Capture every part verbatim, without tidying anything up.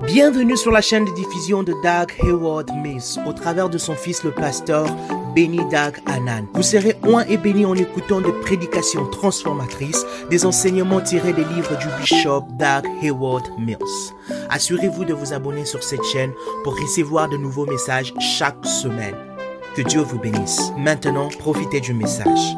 Bienvenue sur la chaîne de diffusion de Doug Hayward Mills au travers de son fils le pasteur Benny Doug Anan. Vous serez oint et bénis en écoutant des prédications transformatrices, des enseignements tirés des livres du bishop Doug Hayward Mills. Assurez-vous de vous abonner sur cette chaîne pour recevoir de nouveaux messages chaque semaine. Que Dieu vous bénisse. Maintenant, profitez du message.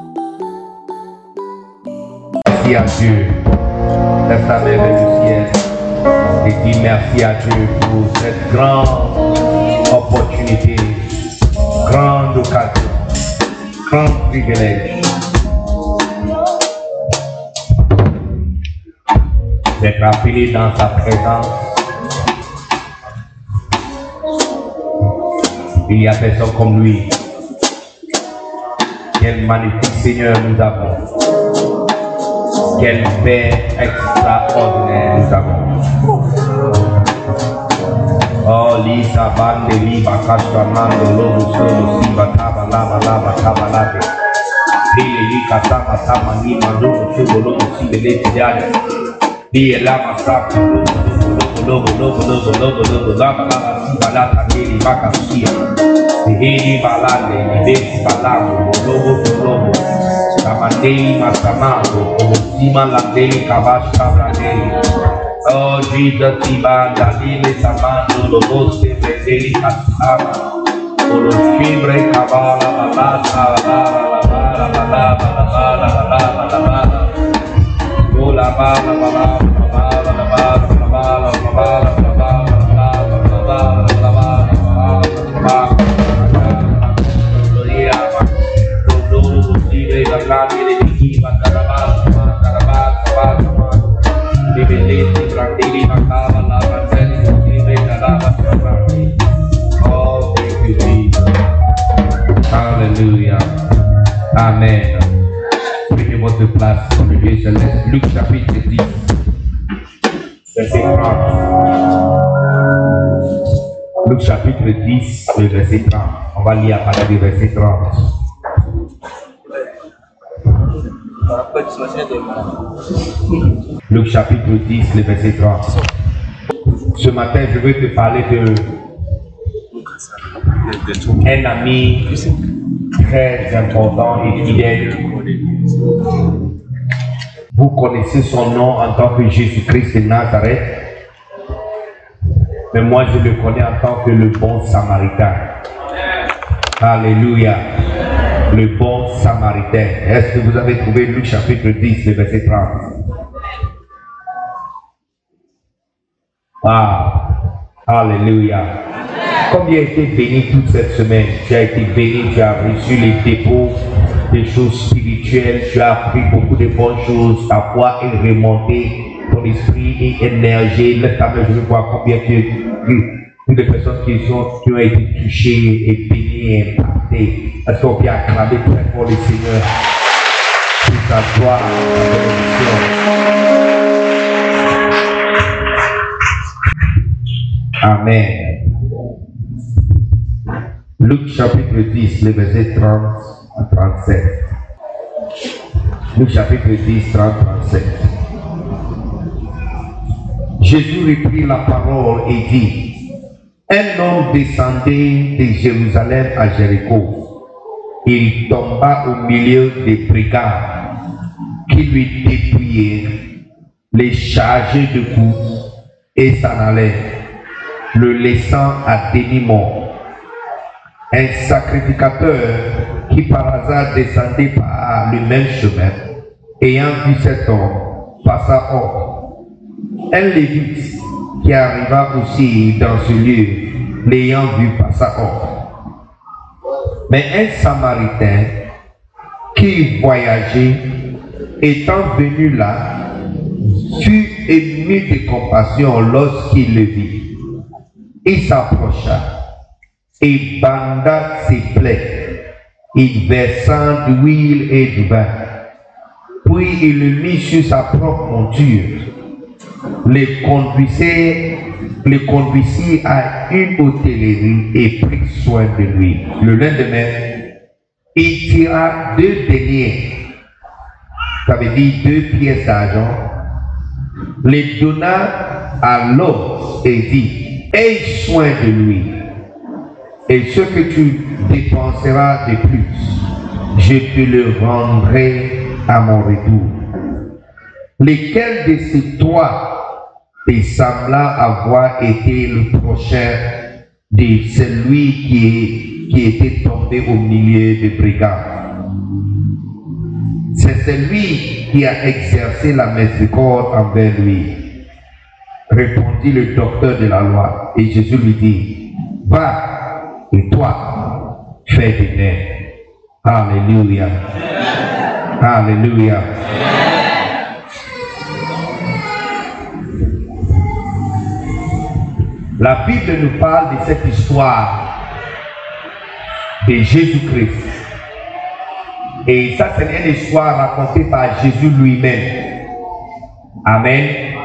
Merci à Dieu. Laisse ta main vers le ciel et dis merci à Dieu pour cette grande opportunité, grande occasion, grand privilège d'être appelé dans sa présence. Il n'y a personne comme lui. Quel magnifique Seigneur nous avons. Quel Père extraordinaire nous avons. Oh, Lisa Bande, Liba, Kashtamando, Lobo, Solo, Siba, Taba, Lava, Lava, Taba, Lave. Ele, Lika, Tama, Tama, Nima, Lobo, Solo, Lobo, Siba, Lete, Diade. Lie, Lama, Sapa, Lobo, Lobo, Lobo, Lobo, Lobo, Lobo, Lava, Lava, Siba, Lata, Nili, Baka, Sia. Heli, Balade, Libesi, Balabo, Lobo, Lobo. Kamandei Masamando, Sima Landei Kabash Kabrandei. Oh Jesus, Iba, Dalile Samando, Loboste, Bedeli Kasama. Olo Shibre, Kabala, Balasa, Balala, Balala, Balala, Balala, Balala, Balala. Ola, Bala, Bala, Bala, Bala, Bala, Bala, Bala, Bala, Bala, Bala, Alléluia. Amen. Prenez votre place dans le lieu céleste. Luc chapitre dix, verset trente. Luc chapitre dix, le verset trente. On va lire à partir du verset trente. Luc chapitre dix, le verset trente. Ce matin, je veux te parler de un ami très important et fidèle. Vous connaissez son nom en tant que Jésus-Christ de Nazareth, mais moi je le connais en tant que le bon Samaritain. Alléluia. Le bon Samaritain. Est-ce que vous avez trouvé Luc chapitre dix, le verset trente? Ah, alléluia. Comme tu as été béni toute cette semaine, tu as été béni, tu as reçu les dépôts des choses spirituelles, tu as appris beaucoup de bonnes choses, ta foi est remontée, ton esprit est énergié. Laisse ta main, je veux voir combien tu toutes les personnes qui, sont, qui ont été touchées et bénies et impactées. Est-ce qu'on peut acclamer très fort le Seigneur pour sa gloire et sa bénédiction? Amen. Luc chapitre dix, le verset trente à trente-sept. Luc chapitre dix, trente à trente-sept. Jésus reprit la parole et dit: un homme descendait de Jérusalem à Jéricho. Il tomba au milieu des brigands qui lui dépouillèrent, les chargés de coups et s'en allaient, le laissant à demi-mort. Un sacrificateur qui par hasard descendait par le même chemin, ayant vu cet homme, passa hors. Un lévite qui arriva aussi dans ce lieu, l'ayant vu, passa hors. Mais un Samaritain qui voyageait, étant venu là, fut ému de compassion lorsqu'il le vit. Il s'approcha et banda ses plaies, il versant d'huile et du vin. Puis il le mit sur sa propre monture, le conduisit, le conduisit à une hôtellerie et prit soin de lui. Le lendemain, il tira deux deniers, ça veut dire deux pièces d'argent, les donna à l'homme et dit: aie soin de lui. Et ce que tu dépenseras de plus, je te le rendrai à mon retour. Lequel de ces trois te sembla avoir été le prochain de celui qui, est, qui était tombé au milieu des brigands? C'est celui qui a exercé la miséricorde envers lui, répondit le docteur de la loi. Et Jésus lui dit, va et toi, fais de même. Alléluia. Alléluia. La Bible nous parle de cette histoire de Jésus-Christ. Et ça, c'est une histoire racontée par Jésus lui-même. Amen.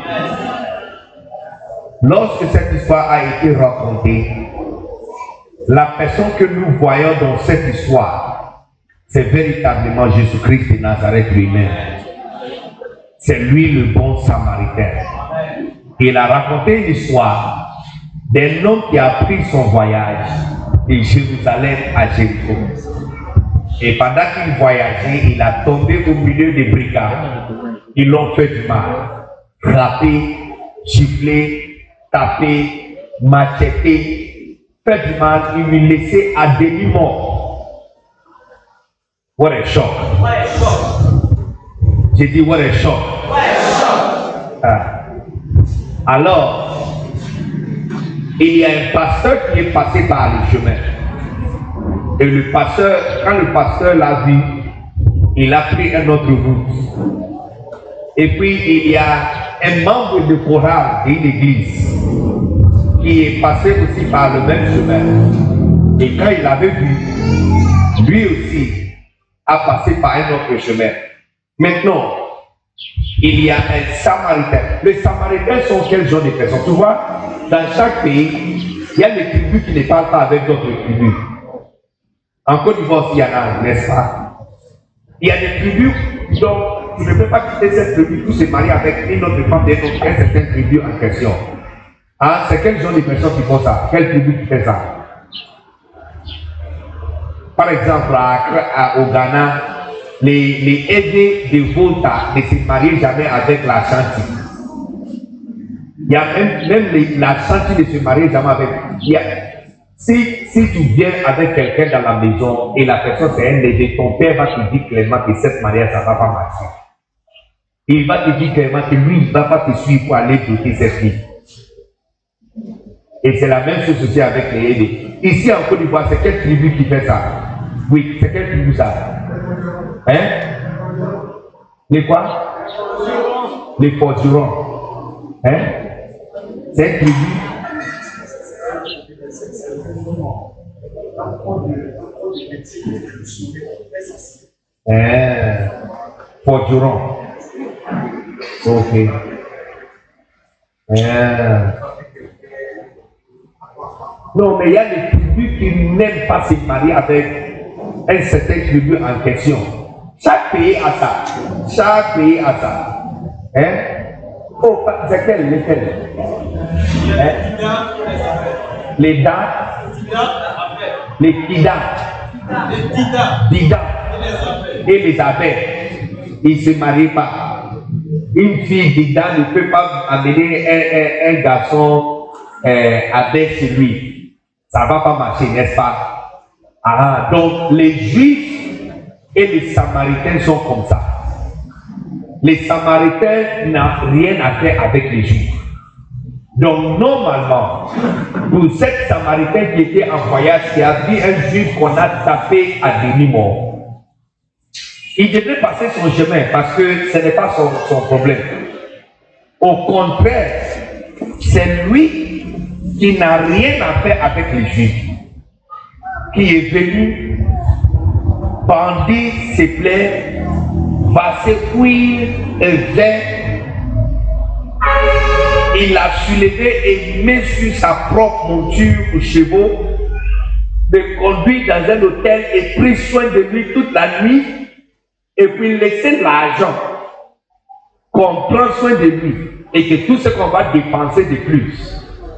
Lorsque cette histoire a été racontée, la personne que nous voyons dans cette histoire, c'est véritablement Jésus-Christ de Nazareth lui-même. C'est lui le bon Samaritain. Il a raconté une histoire d'un homme qui a pris son voyage de Jérusalem à Jéricho. Et pendant qu'il voyageait, il a tombé au milieu des brigands. Ils l'ont fait du mal. Frappé, giflé, tapé, macheté, fait du mal. Il lui laissait à demi-mort. What a shock. What a shock. J'ai dit what a shock. What a shock. Ah. Alors, il y a un pasteur qui est passé par le chemin. Et le pasteur, quand le pasteur l'a vu, il a pris un autre route. Et puis il y a un membre de chorale d'une église qui est passé aussi par le même chemin. Et quand il avait vu, lui aussi a passé par un autre chemin. Maintenant, il y a un Samaritain. Les Samaritains sont quel genre de personnes? Tu vois, dans chaque pays, il y a des tribus qui ne parlent pas avec d'autres tribus. En Côte d'Ivoire, il y en a, n'est-ce pas? Il y a des tribus, donc tu ne peux pas quitter cette tribu pour se marier avec une autre femme d'une autre, certaine tribu en question. Hein? C'est quel genre de personnes qui font ça? Quelle tribu qui fait ça? Par exemple, à, à, au Ghana, les, les aînés de Volta ne se marient jamais avec la Chanti. Il y a même, même les, la Chanti ne se marie jamais avec. Il y a, Si, si tu viens avec quelqu'un dans la maison et la personne c'est un léger, ton père va te dire clairement que cette mariage, ça ne va pas marcher. Il va te dire clairement que lui, il ne va pas te suivre pour aller doter cette fille. Et c'est la même chose aussi avec les aînés. Ici en Côte d'Ivoire, c'est quelle tribu qui fait ça? Oui, c'est quelle tribu ça? Hein? Les quoi? Les forgerons. Hein? C'est une tribu. Eh, forgeron. Ok. Eh. Non, mais il y a des tribus qui n'aiment pas se marier avec un certain tribu en question. Chaque pays a ça. Chaque pays a ça. Hein? Oh, c'est quel, lesquels? Hein? Les dates, les Tida, les Dida et les abeilles. Ils ne se marient pas. Une fille Dida ne peut pas amener un, un, un garçon euh, abeille chez lui. Ça ne va pas marcher, n'est-ce pas? Ah, donc les Juifs et les Samaritains sont comme ça. Les Samaritains n'ont rien à faire avec les Juifs. Donc, normalement, pour cette Samaritain qui était en voyage, qui a vu un Juif qu'on a tapé à demi-mort, il devait passer son chemin parce que ce n'est pas son, son problème. Au contraire, c'est lui qui n'a rien à faire avec les Juifs, qui est venu bandit ses plaies, passer huile et vin. Il l'a soulevé et mis sur sa propre monture aux chevaux, de conduire dans un hôtel et pris soin de lui toute la nuit, et puis laisser l'argent qu'on prend soin de lui, et que tout ce qu'on va dépenser de plus,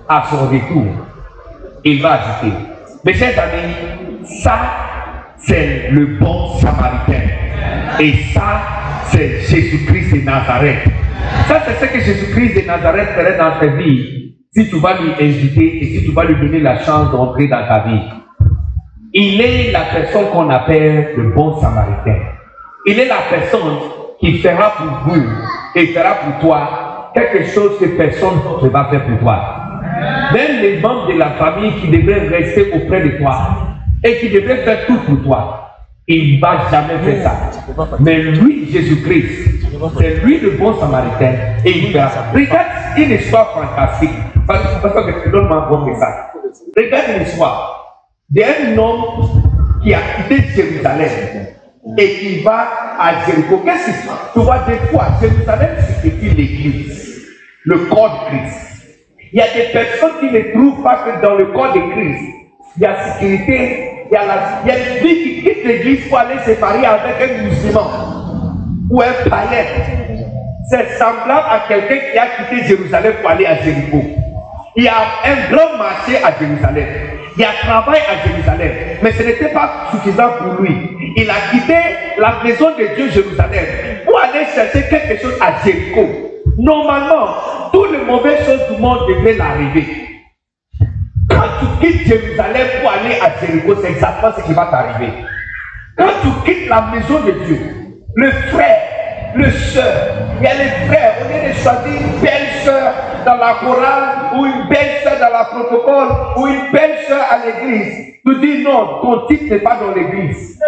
à son retour, il va ajouter. Mes chers amis, ça, c'est le bon samaritain. Et ça, c'est Jésus-Christ de Nazareth. Ça, c'est ce que Jésus-Christ de Nazareth ferait dans ta vie si tu vas lui inviter et si tu vas lui donner la chance d'entrer dans ta vie. Il est la personne qu'on appelle le bon samaritain. Il est la personne qui fera pour vous et fera pour toi quelque chose que personne ne va faire pour toi. Même les membres de la famille qui devraient rester auprès de toi et qui devraient faire tout pour toi, il ne va jamais faire ça. Mais lui, Jésus-Christ, c'est lui le bon samaritain et il fera ça. Regarde une histoire fantastique. Parce que tu donnes ma bonne ça. Regarde une histoire d'un homme qui a quitté Jérusalem et qui va à Jéricho. Qu'est-ce que c'est? Tu vois, des fois, Jérusalem signifie l'église, le corps de Christ. Il y a des personnes qui ne trouvent pas que dans le corps de Christ, il y a sécurité, il y a, la, il y a une vie qui quitte l'église pour aller se marier avec un musulman ou un païen. C'est semblable à quelqu'un qui a quitté Jérusalem pour aller à Jéricho. Il y a un grand marché à Jérusalem. Il y a travail à Jérusalem. Mais ce n'était pas suffisant pour lui. Il a quitté la maison de Dieu Jérusalem pour aller chercher quelque chose à Jéricho. Normalement, toutes les mauvaises choses du monde devaient l'arriver. Quand tu quittes Jérusalem pour aller à Jéricho, c'est exactement ce qui va t'arriver. Quand tu quittes la maison de Dieu, le frère, le soeur, il y a les frères, au lieu de choisir une belle soeur dans la chorale, ou une belle soeur dans la protocole, ou une belle soeur à l'église, tu dis non, ton titre n'est pas dans l'église.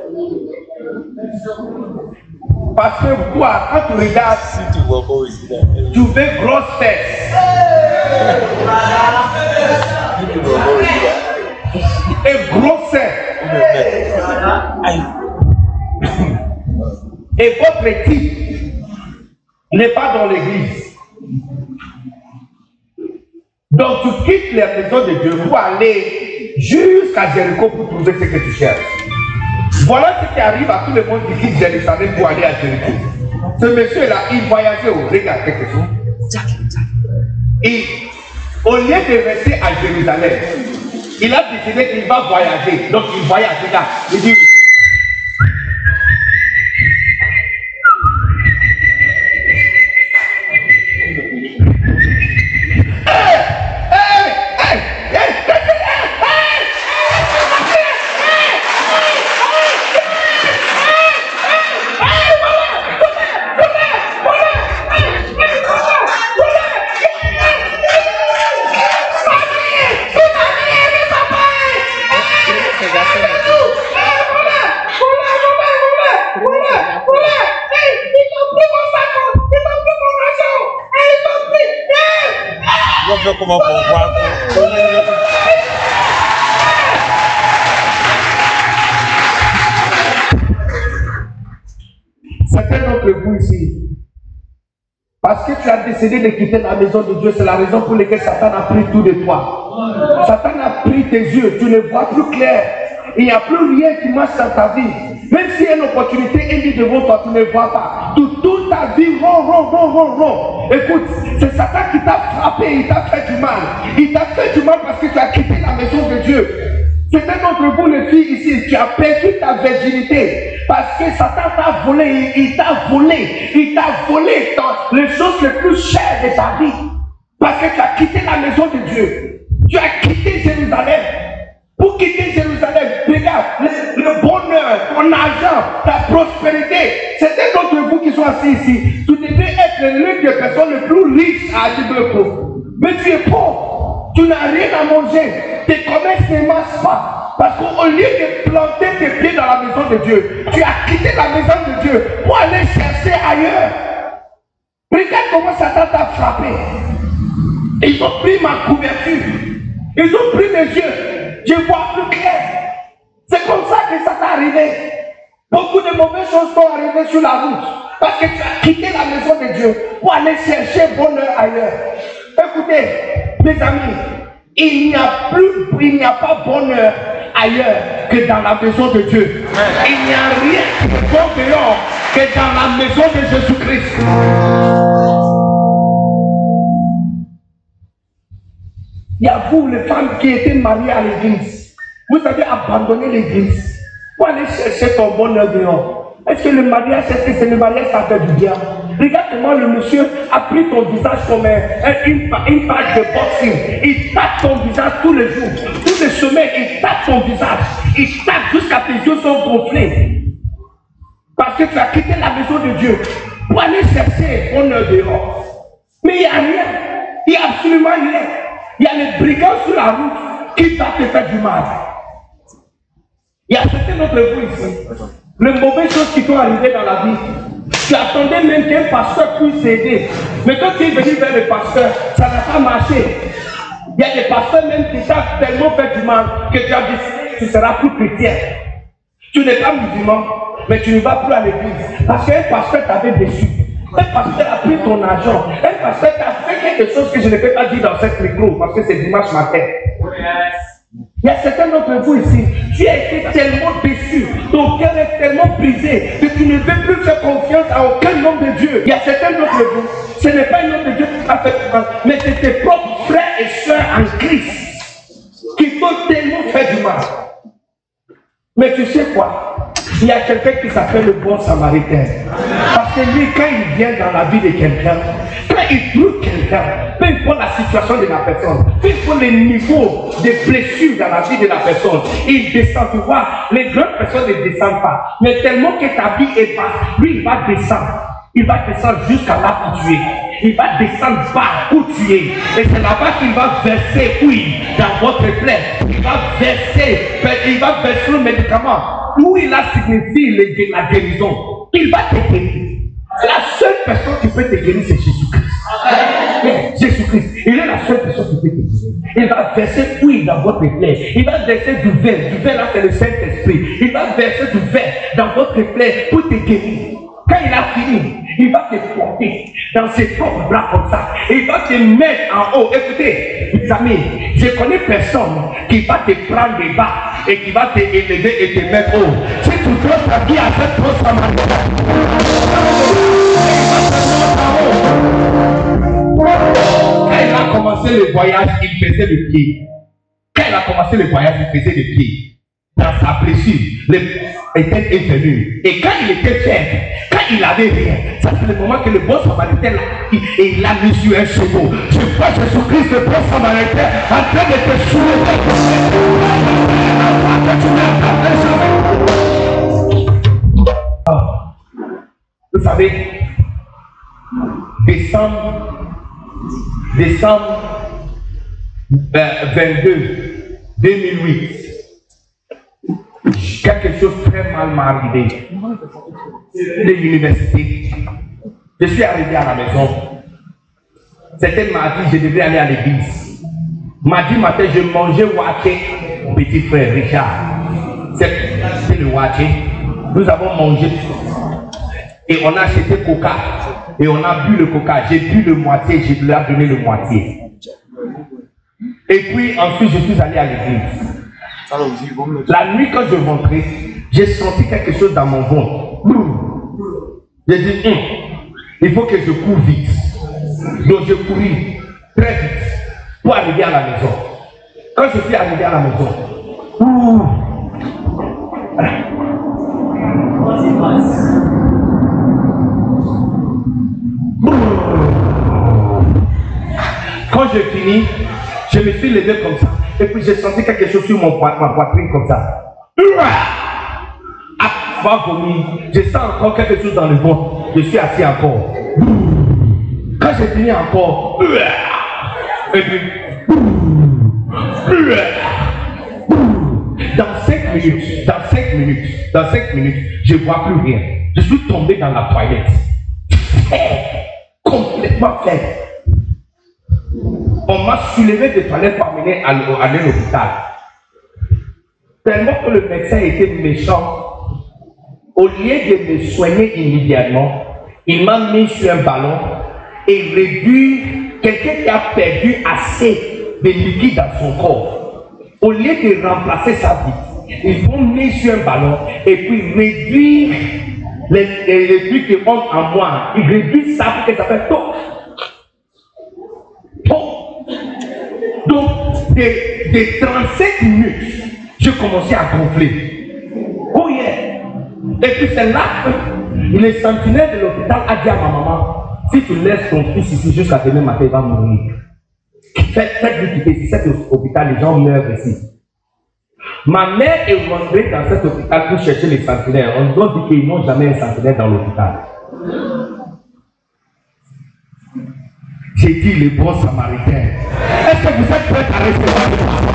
Parce que toi, quand tu regardes, tu veux grosse fesses. Et grosse fesses. Et votre type n'est pas dans l'église. Donc tu quittes la maison de Dieu pour aller jusqu'à Jéricho pour trouver ce que tu cherches. Voilà ce qui arrive à tout le monde qui quitte Jérusalem pour aller à Jéricho. Ce monsieur-là, il voyageait au regarde quelque chose. Et au lieu de rester à Jérusalem, il a décidé qu'il va voyager. Donc il voyage, regarde. Il dit comment pour voir. Certains d'entre vous ici, parce que tu as décidé de quitter la maison de Dieu, c'est la raison pour laquelle Satan a pris tout de toi. Satan a pris tes yeux, tu ne vois plus clair. Il n'y a plus rien qui marche dans ta vie. Même s'il y a une opportunité, il dit devant toi, tu ne vois pas. Tu tournes ta vie rond, rond, rond, rond, rond. Écoute, c'est Satan qui t'a frappé, il t'a fait du mal. Il t'a fait du mal parce que tu as quitté la maison de Dieu. Certains d'entre vous, les filles ici, tu as perdu ta virginité parce que Satan t'a volé, il, il t'a volé, il t'a volé dans les choses les plus chères de ta vie. Parce que tu as quitté la maison de Dieu. Tu as quitté Jérusalem. Pour quitter Jérusalem, regarde, le, le bonheur, ton argent, ta prospérité. Certains d'entre vous qui sont assis ici, tu devais être l'une des personnes les plus riches à Adibleco. Mais tu es pauvre, tu n'as rien à manger, tes commerces ne marchent pas. Parce qu'au lieu de planter tes pieds dans la maison de Dieu, tu as quitté la maison de Dieu pour aller chercher ailleurs. Regarde comment Satan t'a frappé. Ils ont pris ma couverture, ils ont pris mes yeux. Je vois plus clair. C'est comme ça que ça t'est arrivé. Beaucoup de mauvaises choses sont arrivées sur la route. Parce que tu as quitté la maison de Dieu pour aller chercher bonheur ailleurs. Écoutez, mes amis, il n'y a plus, il n'y a pas bonheur ailleurs que dans la maison de Dieu. Il n'y a rien de bon dehors que dans la maison de Jésus-Christ. vous, les femmes qui étaient mariées à l'église, vous avez abandonné l'église pour aller chercher ton bonheur dehors. Est-ce que le mariage, est-ce que c'est le mariage, ça fait du bien? Regarde comment le monsieur a pris ton visage comme un, une, une page de boxing. Il tape ton visage tous les jours. Tous les semaines, il tape ton visage. Il tape jusqu'à tes yeux sont gonflés. Parce que tu as quitté la maison de Dieu pour aller chercher ton bonheur dehors. Mais il n'y a rien. Il n'y a absolument rien. Il y a les brigands sur la route qui vont te faire du mal. Il y a certains d'entre vous ici. Les mauvaises choses qui t'ont arrivé dans la vie, tu attendais même qu'un pasteur puisse t'aider. Mais quand tu es venu vers le pasteur, ça n'a pas marché. Il y a des pasteurs même qui t'ont tellement fait du mal que tu as décidé que tu seras plus chrétien. Tu n'es pas musulman, mais tu ne vas plus à l'église. Parce qu'un pasteur t'avait déçu. Un pasteur a pris ton argent. Un pasteur t'a fait quelque chose que je ne peux pas dire dans cette micro parce que c'est dimanche matin. Il y a certains d'entre vous ici, tu as été tellement déçu, ton cœur est tellement brisé que tu ne veux plus faire confiance à aucun homme de Dieu. Il y a certains d'entre vous, ce n'est pas un homme de Dieu qui t'a fait mal, mais c'est tes propres frères et sœurs en Christ qui t'ont tellement fait du mal. Mais tu sais quoi? Il y a quelqu'un qui s'appelle le bon samaritain. Parce que lui, quand il vient dans la vie de quelqu'un, quand il trouve quelqu'un, peu importe la situation de la personne, peu importe le niveau de blessure dans la vie de la personne, il descend. Tu vois, les grandes personnes ne descendent pas. Mais tellement que ta vie est basse, lui, il va descendre. Il va descendre jusqu'à là où tu es. Il va descendre bas où tu es. Et c'est là-bas qu'il va verser, oui, dans votre plaie. Il va verser, il va verser le médicament. Où il a signifié la guérison. Il va te guérir. La seule personne qui peut te guérir, c'est Jésus-Christ. Jésus-Christ. Il est la seule personne qui peut te guérir. Il va verser oui dans votre plaie. Il va verser du vin. Du vin là, c'est le Saint-Esprit. Il va verser du vin dans votre plaie pour te guérir. Quand il a fini, il va te porter dans ses propres bras comme ça. Il va te mettre en haut. Écoutez, mes amis, je connais personne qui va te prendre des bas et qui va te élever et te mettre haut. Si tu donnes ta vie à cette grosse samaritain, quand il a commencé le voyage, il faisait le pied. Quand il a commencé le voyage, il faisait le pied. Dans sa blessure, était inférieur. Et quand il était faible, quand il avait rien, ça c'est le moment que le bon samaritain il, il l'a mis sur un chevaux. Je vois Jésus-Christ, le bon samaritain, en train de te soulever. Vous savez, décembre, décembre vingt-deux, deux mille huit. Quelque chose de très mal m'est arrivé. De l'université. Je suis arrivé à la maison. C'était mardi, je devais aller à l'église. Mardi matin, je mangeais waké. Petit frère Richard. C'est le waké. Nous avons mangé. Et on a acheté coca. Et on a bu le coca. J'ai bu le moitié, je lui ai donné le moitié. Et puis ensuite, je suis allé à l'église. La nuit, quand je rentrais, j'ai senti quelque chose dans mon ventre. J'ai dit, hum, il faut que je cours vite. Donc, je couris très vite pour arriver à la maison. Quand je suis arrivé à la maison, ouh, quand je finis, je me suis levé comme ça. Et puis j'ai senti quelque chose sur mon ma poitrine comme ça. Après vomir, je sens encore quelque chose dans le ventre. Je suis assis encore. Quand j'ai fini encore, et puis dans cinq minutes, dans cinq minutes, dans cinq minutes, je ne vois plus rien. Je suis tombé dans la toilette. Complètement faible. On m'a soulevé des toilettes pour amener à l'hôpital. Tellement que le médecin était méchant, au lieu de me soigner immédiatement, il m'a mis sur un ballon et réduit quelqu'un qui a perdu assez de liquide dans son corps. Au lieu de remplacer sa vie, ils vont mettre sur un ballon et puis réduire les, les, les trucs qui rentrent en moi. Ils réduisent ça pour que ça fait top. Top. Donc, de, de trente-cinq minutes, je commençais à gonfler. Oh yeah! Et puis c'est là que le sentinelle de l'hôpital a dit à ma maman, si tu laisses ton fils ici jusqu'à demain matin, il va mourir. Faites-lui quitter ici, cet hôpital, les gens meurent ici. Ma mère est rentrée dans cet hôpital pour chercher les sentinelles. On nous a dit qu'ils n'ont jamais un sentinelle dans l'hôpital. J'ai dit les bons samaritains. Est-ce que vous êtes prêts à recevoir les bons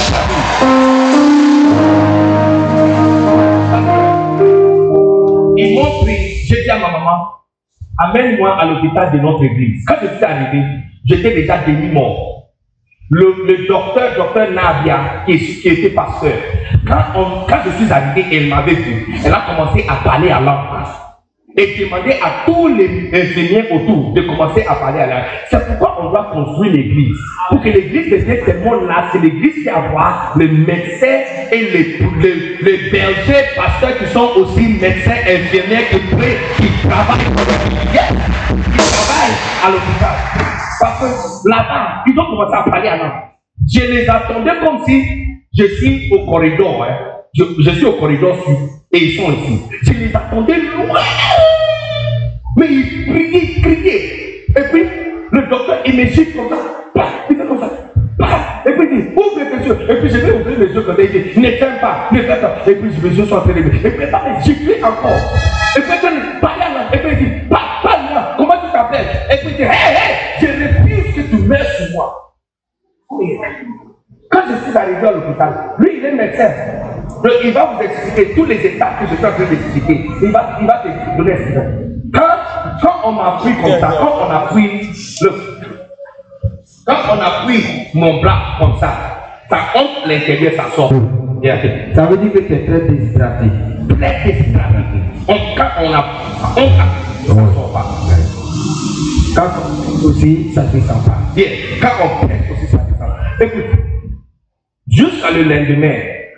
samaritains? Ils m'ont pris, j'ai dit à ma maman, amène-moi à l'hôpital de notre église. Quand je suis arrivé, j'étais déjà demi-mort. Le, le docteur, docteur Nabia, qui, qui était pasteur, quand, on, quand je suis arrivé, elle m'avait vu. Elle a commencé à parler à langue et demandé à tous les infirmiers autour de commencer à parler à langue. C'est pourquoi on doit construire l'église. Pour que l'église devienne tellement là, c'est l'église qui avoir les médecins et les, les, les bergers, pasteurs qui sont aussi médecins, infirmiers, qui, qui travaillent, qui travaillent à l'hôpital. Parce que là-bas, ils ont commencé à parler à langue. Je les attendais comme si je suis au corridor. Hein. Je, je suis au corridor sud et ils sont ici. Je les attendais loin. Mais ils criaient, ils criaient. Et puis, le docteur, il me gifle comme ça. Bah, il fait comme ça. Bah, et puis il dit, ouvre les yeux. Et puis je vais ouvrir les yeux comme ça. Il dit, ne ferme pas, ne ferme pas. Et puis mes yeux sont en train de me. Et puis il me gifle encore. Et puis il parle à langue. Et puis il dit, parle-moi, comment tu t'appelles? Et puis il dit, hé, hé, je refuse que tu meurs sur moi. Quand je suis arrivé à l'hôpital, lui il est médecin. Donc, il va vous expliquer tous les étapes que je suis en train d'expliquer. Il va, il va te donner ce quand, quand on m'a pris comme ça, quand on a pris le, quand on a pris mon bras comme ça, ça entre l'intérieur, ça sort. Ça veut dire que tu es très déshydraté. Très déshydraté. On, quand on a, on a, ça ne sort pas. Quand on aussi, ça ne descend pas. Bien. Quand on pèse aussi, ça descend pas. Écoute, jusqu'à le lendemain,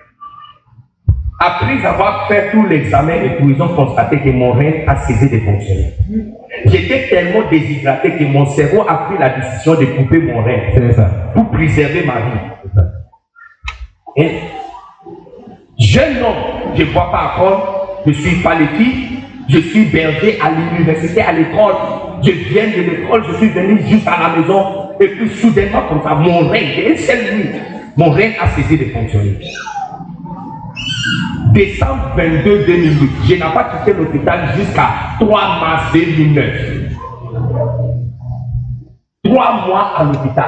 après avoir fait tout l'examen et tout, ils ont constaté que mon rein a cessé de fonctionner. J'étais tellement déshydraté que mon cerveau a pris la décision de couper mon rein pour préserver ma vie. Et jeune homme, je ne vois pas encore, je suis palétique, je suis berger à l'université, à l'école, je viens de l'école, je suis venu juste à la maison, et puis soudainement comme ça, mon rein, une seule nuit, mon rein a cessé de fonctionner. Décembre vingt-deux deux mille huit, je n'ai pas quitté l'hôpital jusqu'à trois mars deux mille neuf. Trois mois à l'hôpital.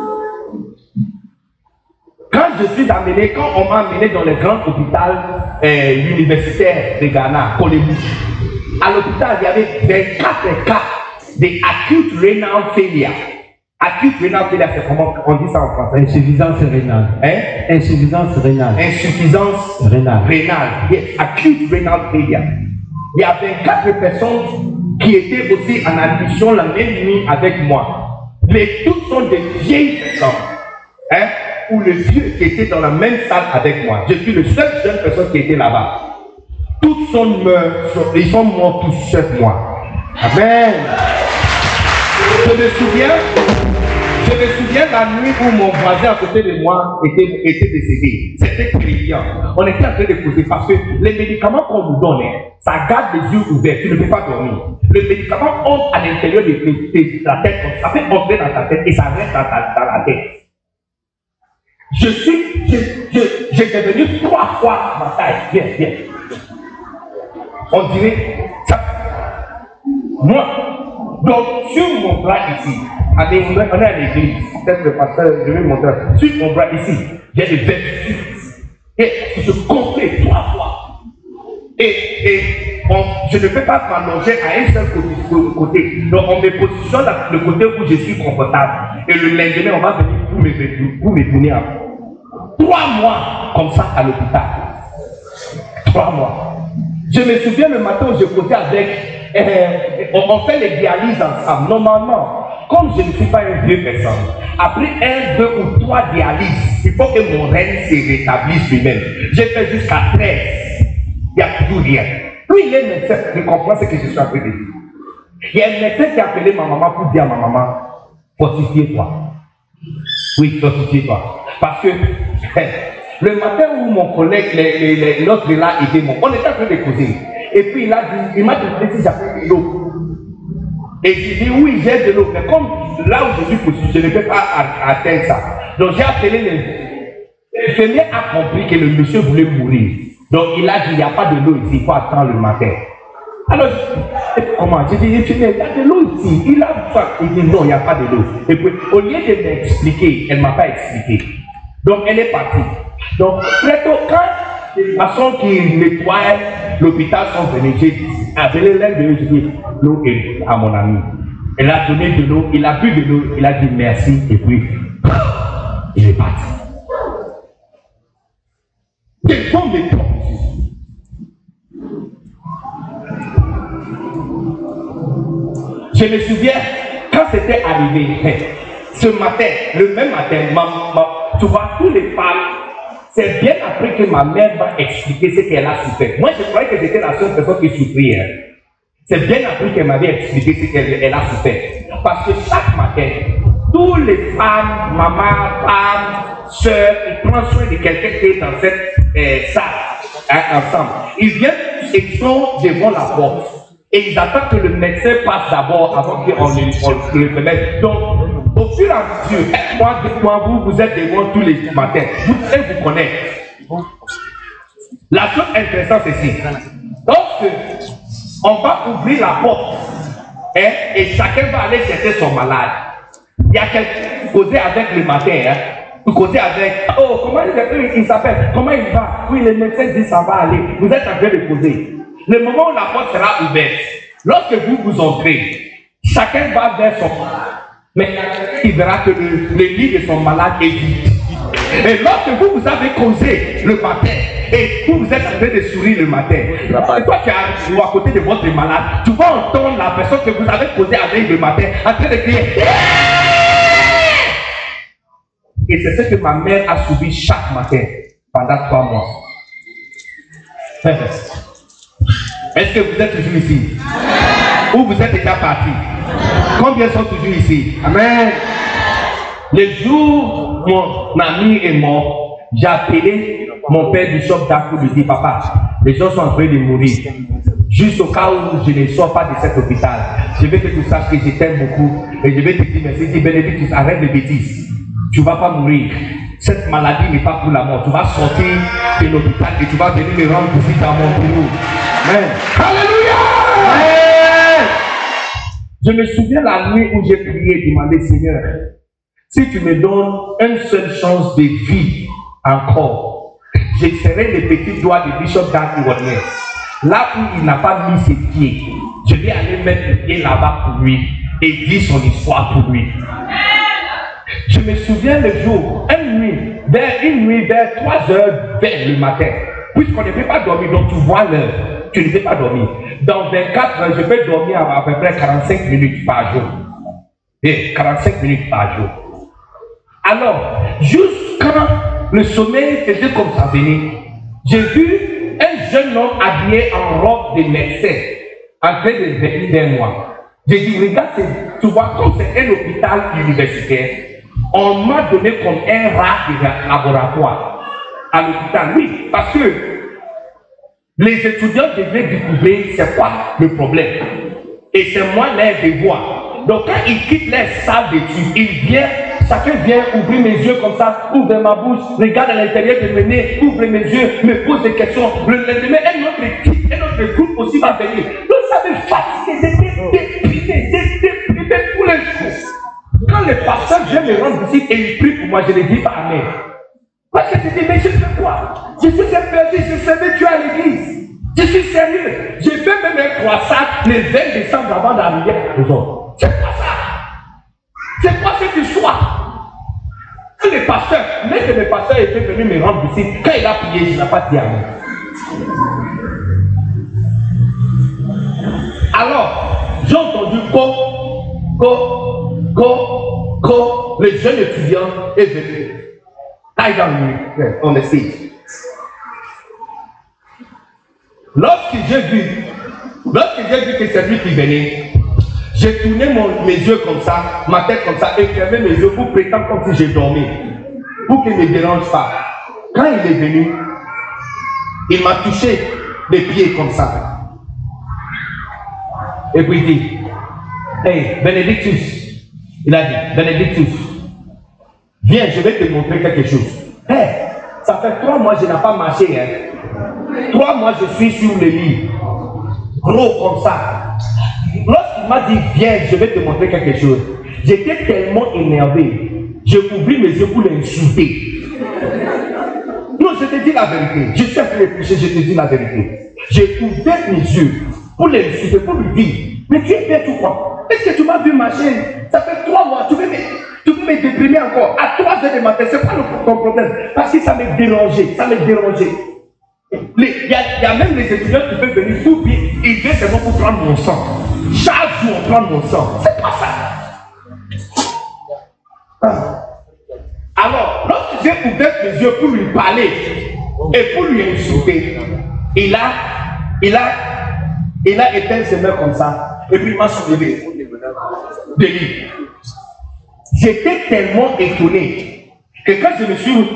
Quand je suis amené, quand on m'a amené dans le grand hôpital euh, universitaire de Ghana, Colémou, à l'hôpital, il y avait vingt-quatre cas d'acute renal failure. Acute renal failure, c'est comment on dit ça en français? Insuffisance rénale. Hein? Insuffisance rénale. Insuffisance rénale. Rénale. Yes. Acute renal failure. Il y a vingt-quatre personnes qui étaient aussi en admission la même nuit avec moi. Mais toutes sont des vieilles personnes. Hein? Ou les vieux qui étaient dans la même salle avec moi. Je suis le seul jeune personne qui était là-bas. Toutes sont mortes, ils sont morts tous sauf moi. Amen. Je me souviens, je me souviens la nuit où mon voisin à côté de moi était, était décédé. C'était terrifiant. On était en train de causer parce que les médicaments qu'on nous donne, ça garde les yeux ouverts, tu ne peux pas dormir. Le médicament entre à l'intérieur de, de, de ta tête, ça fait entrer dans ta tête et ça reste dans, ta, dans la tête. Je suis, je, je, j'ai devenu trois fois ma taille. Viens, viens. On dirait, ça, moi, donc sur mon bras ici, on est à l'église, peut-être le pasteur, je vais montrer, sur mon bras ici, j'ai des vertus. Et je comptais trois fois. Et, et on, je ne peux pas m'allonger à un seul côté, côté. Donc on me positionne le côté où je suis confortable. Et le lendemain, on va venir pour me, pour me tourner à trois mois comme ça à l'hôpital. Trois mois. Je me souviens le matin où je causais avec, euh, on, on fait les dialyses ensemble. Normalement, comme je ne suis pas une vieille personne, après un, deux ou trois dialyses, il faut que mon rein se rétablisse lui-même. J'ai fait jusqu'à treize. Il n'y a toujours rien. Lui, il est médecin, je comprends ce que je suis en train de dire. Il y a un médecin qui a appelé ma maman pour dire à ma maman, fortifie-toi. Oui, fortifie-toi. Parce que le matin où mon collègue, l'autre là, était mon, on était en train de causer. Et puis il a dit, il m'a demandé si j'avais de l'eau. Et j'ai dit oui, j'ai de l'eau. Mais comme là où je suis possible, je ne peux pas atteindre ça. Donc j'ai appelé le. Le fermier a compris que le monsieur voulait mourir. Donc il a dit, il n'y a pas de l'eau ici, il faut attendre le matin. Alors, comment? J'ai dit, il y a de l'eau ici. Il a faim. Il dit, non, il n'y a pas de l'eau. Et puis, au lieu de m'expliquer, elle ne m'a pas expliqué. Donc, elle est partie. Donc, très tôt, quand les maçons qui nettoient l'hôpital sont venus, j'ai appelé l'un de eux, j'ai dit, l'eau est à mon ami. Elle a donné de l'eau, il a bu de l'eau, il a dit merci, et puis, il est parti. Des pommes de pommes. Je me souviens, quand c'était arrivé, ce matin, le même matin, ma, ma, tu vois, tous les femmes, c'est bien après que ma mère m'a expliqué ce qu'elle a souffert. Moi, je croyais que j'étais la seule personne qui souffrait. Hein. C'est bien après qu'elle m'avait expliqué ce qu'elle a souffert. Parce que chaque matin, toutes les femmes, maman, femmes, sœurs, ils prennent soin de quelqu'un qui est dans cette euh, salle, hein, ensemble. Ils viennent, ils sont devant la porte. Et ils attendent que le médecin passe d'abord avant qu'on le, le remette. Donc, au fur et à mesure, moi, moi, vous, vous êtes devant tous les matins. Vous devez vous connaître. La chose intéressante, c'est ici. Donc, on va ouvrir la porte. Hein, et chacun va aller chercher son malade. Il y a quelqu'un causé avec le matin. Hein, vous causez avec. Oh, comment il, il s'appelle? Comment il va? Oui, le médecin dit ça va aller. Vous êtes en train de causer. Le moment où la porte sera ouverte, lorsque vous vous entrez, chacun va vers son malade. Mais il verra que le, le lit de son malade est vide. Et lorsque vous, vous avez causé le matin, et vous, vous êtes en train de sourire le matin, et toi qui es à côté de votre malade, tu vas entendre la personne que vous avez causé avec le matin en train de crier. Et c'est ce que ma mère a subi chaque matin pendant trois mois. Est-ce que vous êtes toujours ici? Ou vous êtes déjà parti? Combien sont toujours ici? Amen. Le jour où mon ami est mort, j'ai appelé mon père du shop d'Akou pour lui dire, papa, les gens sont en train de mourir. Juste au cas où je ne sors pas de cet hôpital, je veux que tu saches que je t'aime beaucoup et je vais te dire merci. Dis Bénédicte, arrête les bêtises. Tu ne vas pas mourir. Cette maladie n'est pas pour la mort. Tu vas sortir de l'hôpital et tu vas venir me rendre visite dans mon bureau. Amen. Alléluia. Amen. Je me souviens la nuit où j'ai prié et demandé, Seigneur, si tu me donnes une seule chance de vie encore, j'extraire les petits doigts de Bishop Dan Iwonier. Là où il n'a pas mis ses pieds, je vais aller mettre les pieds là-bas pour lui et dire son histoire pour lui. Je me souviens le jour, une nuit, vers une nuit, vers trois heures vers le matin, puisqu'on ne peut pas dormir, donc tu vois l'heure, tu ne peux pas dormir. Dans vingt-quatre heures, je peux dormir à, à peu près quarante-cinq minutes par jour. Et quarante-cinq minutes par jour. Alors, juste quand le sommeil faisait comme ça venir, j'ai vu un jeune homme habillé en robe de médecin en train de venir vers moi. J'ai dit, regarde, tu vois, comme c'est un hôpital universitaire, on m'a donné comme un rat de laboratoire à l'hôpital. Oui, parce que les étudiants devaient découvrir c'est quoi le problème. Et c'est moi leur devoir. Donc quand ils quittent leur salle d'études, ils viennent, chacun vient ouvrir mes yeux comme ça, ouvre ma bouche, regarde à l'intérieur de mes nez, ouvre mes yeux, me pose des questions. Le lendemain, un autre équipe, un autre groupe aussi va venir. Donc ça me fatigue, j'étais déprimé, j'étais déprimé tous les jours. Quand le pasteur vient me rendre visite et il prie pour moi, je ne dis pas amen. Parce que je dis, mais je fais quoi? Je suis un perdu, je servais Dieu à l'église. Je suis sérieux. Je fais même un croissant le vingt décembre avant d'arriver à la maison. C'est quoi ça? C'est quoi cette histoire? Quand le pasteur, même que le pasteur était venu me rendre visite, quand il a prié, il n'a pas dit amen. Alors, j'ai entendu go, go, go, go. Le jeune étudiant est venu. Lie down on the stage. Lorsque j'ai vu, lorsque j'ai vu que c'est lui qui venait, j'ai tourné mon, mes yeux comme ça, ma tête comme ça, et fermé mes yeux pour prétendre comme si j'ai dormi. pour qu'il ne me dérange pas. Quand il est venu, il m'a touché les pieds comme ça. Et puis il dit, hey, Benedictus, il a dit, Benedictus, viens, je vais te montrer quelque chose. Hey, ça fait trois mois que je n'ai pas marché. Hein. Trois mois je suis sur le lit, gros comme ça. Lorsqu'il m'a dit, viens, je vais te montrer quelque chose, j'étais tellement énervé, je ouvris mes yeux pour l'insulter. Non, je te dis la vérité. Je sais que les péchés, je te dis la vérité. J'ai ouvert mes yeux pour l'insulter, pour lui dire, mais tu es bête ou quoi? Est-ce que tu m'as vu marcher? Ça fait trois mois, tu veux me, tu veux me déprimer encore. À trois heures du matin, c'est pas le, ton problème. Parce que ça me dérangeait, ça me dérangeait. Il y, y a même les étudiants qui peuvent venir pour bien, ils viennent seulement pour prendre mon sang. Chaque jour, prendre mon sang. C'est pas ça. Ah. Alors, lorsque j'ai ouvert mes yeux pour lui parler et pour lui insulter, il a, il a, il a éteint ses mains comme ça, et puis il m'a soulevé de lit. J'étais tellement étonné que quand je me suis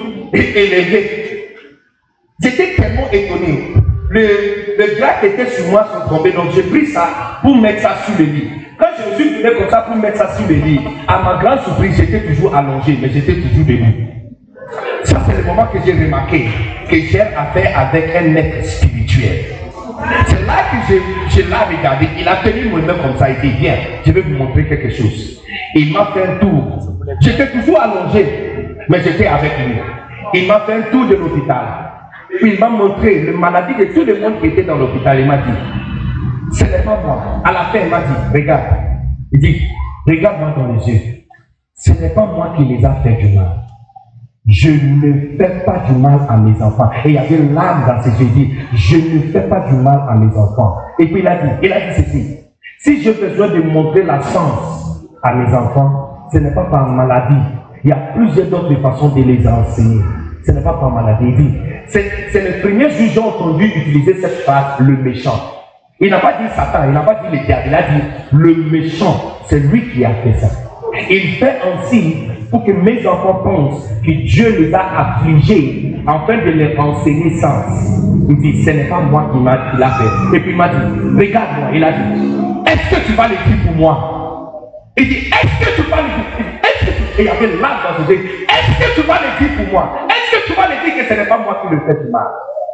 élevé, j'étais tellement étonné. Le, le drap qui était sur moi sont tombés, donc j'ai pris ça pour mettre ça sur le lit. Quand je me suis levé comme ça pour mettre ça sur le lit, à ma grande surprise, j'étais toujours allongé, mais j'étais toujours debout. Ça, c'est le moment que j'ai remarqué que j'ai affaire avec un être spirituel. C'est là que je, je l'ai regardé. Il a tenu mon main comme ça. Il dit, viens, je vais vous montrer quelque chose. Il m'a fait un tour. J'étais toujours allongé, mais j'étais avec lui. Il m'a fait un tour de l'hôpital. Puis il m'a montré la maladie de tout le monde qui était dans l'hôpital. Il m'a dit, ce n'est pas moi. À la fin, il m'a dit, regarde. Il dit, regarde-moi dans les yeux. Ce n'est pas moi qui les a fait du mal. Je ne fais pas du mal à mes enfants. Et il y avait l'âme dans ses yeux. Il dit, je ne fais pas du mal à mes enfants. Et puis il a dit, il a dit ceci. Si j'ai besoin de montrer la chance à mes enfants, ce n'est pas par maladie. Il y a plusieurs d'autres façons de les enseigner. Ce n'est pas par maladie. Il dit, c'est, c'est le premier jour que j'ai entendu utiliser cette phrase, le méchant. Il n'a pas dit Satan, il n'a pas dit le diable, il a dit le méchant, c'est lui qui a fait ça. Il fait ainsi pour que mes enfants pensent que Dieu les a affligés afin de les enseigner sens. Il dit, ce n'est pas moi qui m'a qui l'a fait. Et puis il m'a dit, regarde-moi, il a dit, est-ce que tu vas le dire pour moi? Il dit, est-ce que tu vas le dire? Est-ce que tu... Et il y avait l'âme dans ses yeux. Est-ce que tu vas le dire pour moi? Est-ce que tu vas le dire que ce n'est pas moi qui le fais du mal?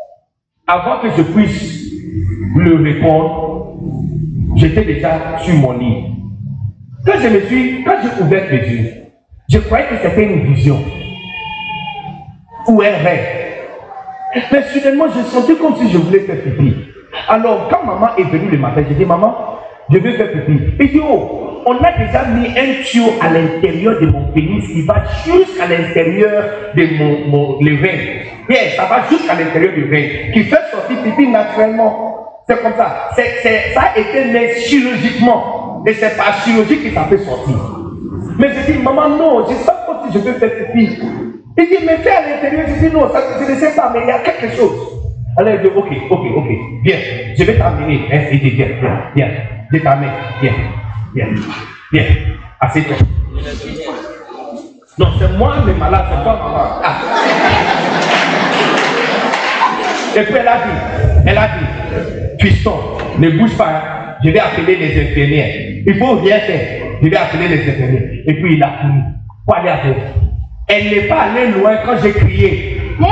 Avant que je puisse le répondre, j'étais déjà sur mon lit. Quand je me suis, quand j'ai ouvert mes yeux, je croyais que c'était une vision ou un rêve. Mais soudainement, je sentais comme si je voulais faire pipi. Alors, quand maman est venue le matin, j'ai dit, maman, je veux faire pipi. Et dit, oh, on a déjà mis un tuyau à l'intérieur de mon pénis qui va jusqu'à l'intérieur de mon, mon le rein. Bien, ça va jusqu'à l'intérieur du rein, qui fait sortir pipi naturellement. C'est comme ça. C'est, c'est, ça a été mis chirurgiquement. Et c'est par chirurgie que ça fait sortir. Mais je dis, maman, non, je ne sais pas si je peux faire pipi. Il dit, mais fais à l'intérieur. Je dis, non, ça, je ne sais pas, mais il y a quelque chose. Alors il dit, ok, ok, ok, viens, je vais t'amener. Hein? Il dit, viens, viens, viens, je t'amène, viens, viens, viens, assieds-toi. Non, c'est moi le malade, c'est toi, maman. Ah. Et puis elle a dit, elle a dit, fiston, ne bouge pas, hein? Je vais appeler les infirmières. Il faut rien faire. Je vais appeler les infirmières. Et puis il a couru pour aller à elle. Elle n'est pas allée loin quand j'ai crié, maman!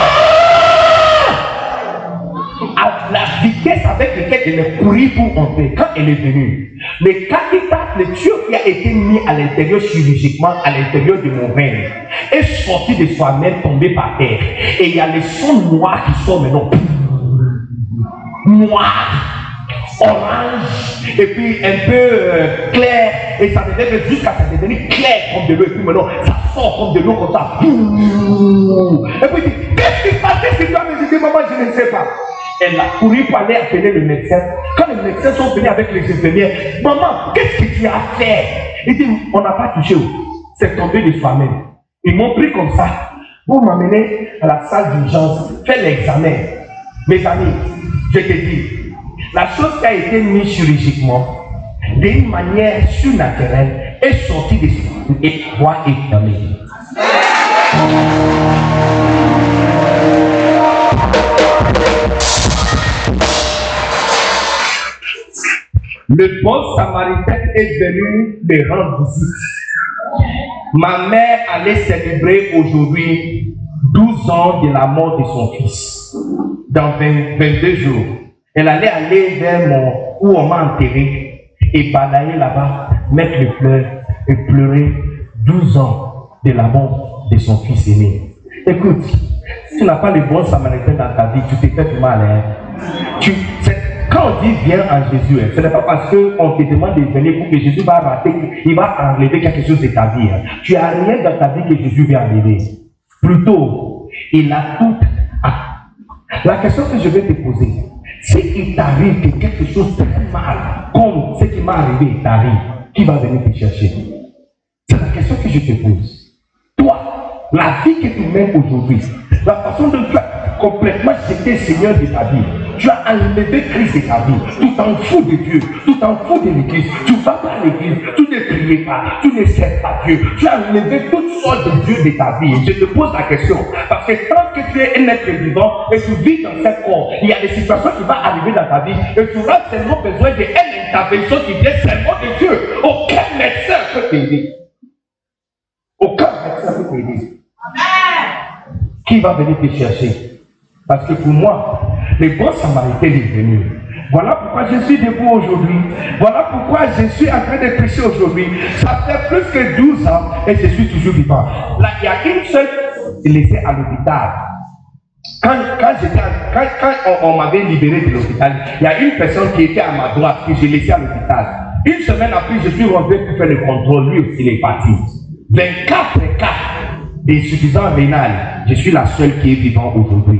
À la vitesse avec laquelle elle est courue pour entrer, quand elle est venue, le capital, le tuyau qui a été mis à l'intérieur chirurgicalement, à l'intérieur de mon rein, est sorti de soi-même, tombé par terre. Et il y a les sons noirs qui sont maintenant noirs, orange, et puis un peu euh, clair, et ça devait jusqu'à ça devenir clair comme de l'eau, et puis maintenant ça sort comme de l'eau comme ça. Et puis il dit, qu'est-ce qui se passe? Qu'est-ce qui se passe? Je dis, maman, je ne sais pas. Elle a couru pour aller appeler le médecin. Quand les médecins sont venus avec les infirmières, maman, qu'est-ce que tu as fait? Il dit, on n'a pas touché. C'est tombé de soi-même. Ils m'ont pris comme ça pour m'amener à la salle d'urgence, faire l'examen. Mes amis, je te dis, la chose qui a été mise chirurgicalement, d'une manière surnaturelle, est sortie de soi et croix est fermée. Le bon samaritain est venu me rendre visite. Ma mère allait célébrer aujourd'hui douze ans de la mort de son fils. Dans vingt, vingt-deux jours, elle allait aller vers mon, où on m'a enterré et balayer là-bas, mettre les fleurs et pleurer douze ans de la mort de son fils aîné. Écoute, si tu n'as pas le bon samaritain dans ta vie, tu t'es fait du mal. Hein? Tu, quand on dit viens en Jésus, hein, ce n'est pas parce qu'on te demande de venir pour que Jésus va rater, il va enlever quelque chose de ta vie. Hein. Tu n'as rien dans ta vie que Jésus vient enlever. Plutôt, il a tout. Ah. La question que je vais te poser, si il t'arrive que quelque chose de mal, comme ce qui m'est arrivé t'arrive, qui va venir te chercher? C'est la question que je te pose. Toi, la vie que tu mènes aujourd'hui, la façon dont tu as complètement jeté Seigneur de ta vie, tu as enlevé Christ de ta vie, tu t'en fous de Dieu, tu t'en fous de l'église, tu ne vas pas à l'église, tu ne pries pas, tu ne sers pas Dieu, tu as enlevé toutes sortes de Dieu de ta vie. Je te pose la question, parce que tant que tu es un être vivant et tu vis dans ce corps, il y a des situations qui vont arriver dans ta vie et tu auras seulement besoin d'une intervention qui vient seulement de Dieu. Aucun médecin peut t'aider. Aucun médecin peut t'aider. Qui va venir te chercher? Parce que pour moi, le bon samaritain est venu. Voilà pourquoi je suis debout aujourd'hui. Voilà pourquoi je suis en train de prêcher aujourd'hui. Ça fait plus que douze ans et je suis toujours vivant. Là, il y a une seule laissée à l'hôpital. Quand, quand, quand, quand on, on m'avait libéré de l'hôpital, il y a une personne qui était à ma droite que j'ai laissée à l'hôpital. Une semaine après, je suis revenu pour faire le contrôle. Lui aussi, il est parti. vingt-quatre cas d'insuffisance rénale. Je suis la seule qui est vivante aujourd'hui.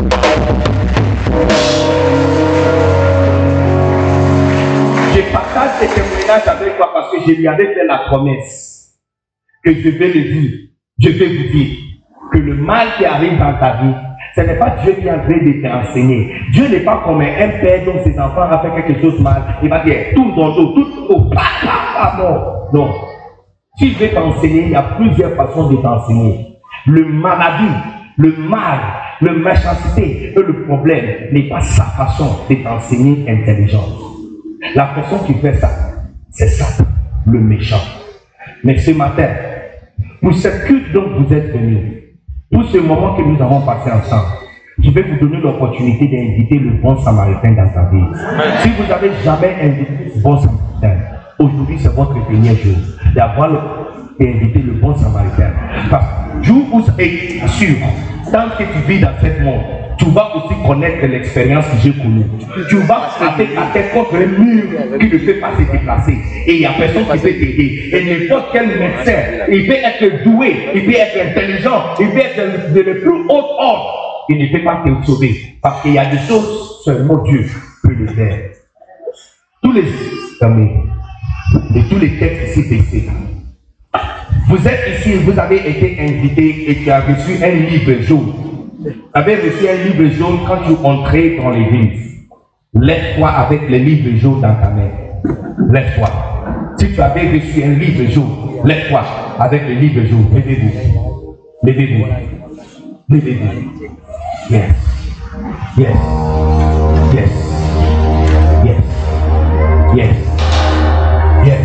Je partage ces témoignages avec toi parce que je lui avais fait la promesse que je vais le dire. Je vais vous dire que le mal qui arrive dans ta vie, ce n'est pas Dieu qui est en train de t'enseigner. Dieu n'est pas comme un père dont ses enfants ont fait quelque chose de mal. Il va dire tout dans l'eau, tout au pas, pas, pas, non. Non. Si je vais t'enseigner, il y a plusieurs façons de t'enseigner. Le maladie, le mal, le méchanceté et le problème n'est pas sa façon de t'enseigner intelligence. La personne qui fait ça, c'est ça, le méchant. Mais ce matin, pour cette culte dont vous êtes venus, pour ce moment que nous avons passé ensemble, je vais vous donner l'opportunité d'inviter le bon samaritain dans ta vie. Si vous n'avez jamais invité le bon samaritain, aujourd'hui c'est votre dernier jour d'avoir invité le bon samaritain. Parce que jour où c'est sûr, tant que tu vis dans ce monde, tu vas aussi connaître l'expérience que j'ai connue. Tu vas frapper à tête contre un mur qui ne peut pas se déplacer. Et il n'y a personne qui peut t'aider. Et n'importe quel médecin, il peut être doué, il peut être intelligent, il peut être de le plus haut ordre. Il ne peut pas te sauver. Parce qu'il y a des choses, seulement Dieu peut le faire. Tous les amis et tous les textes ici baissés. Vous êtes ici, vous avez été invité et tu as reçu un livre jaune. Tu avais reçu un livre jaune quand tu entrais dans l'église. Lève-toi avec le livre jaune dans ta main. Lève-toi. Si tu avais reçu un livre jaune, lève-toi avec le livre jaune. Levez-vous. Levez-vous. Levez-vous. Yes. Yes. Yes. Yes. Yes. Yes.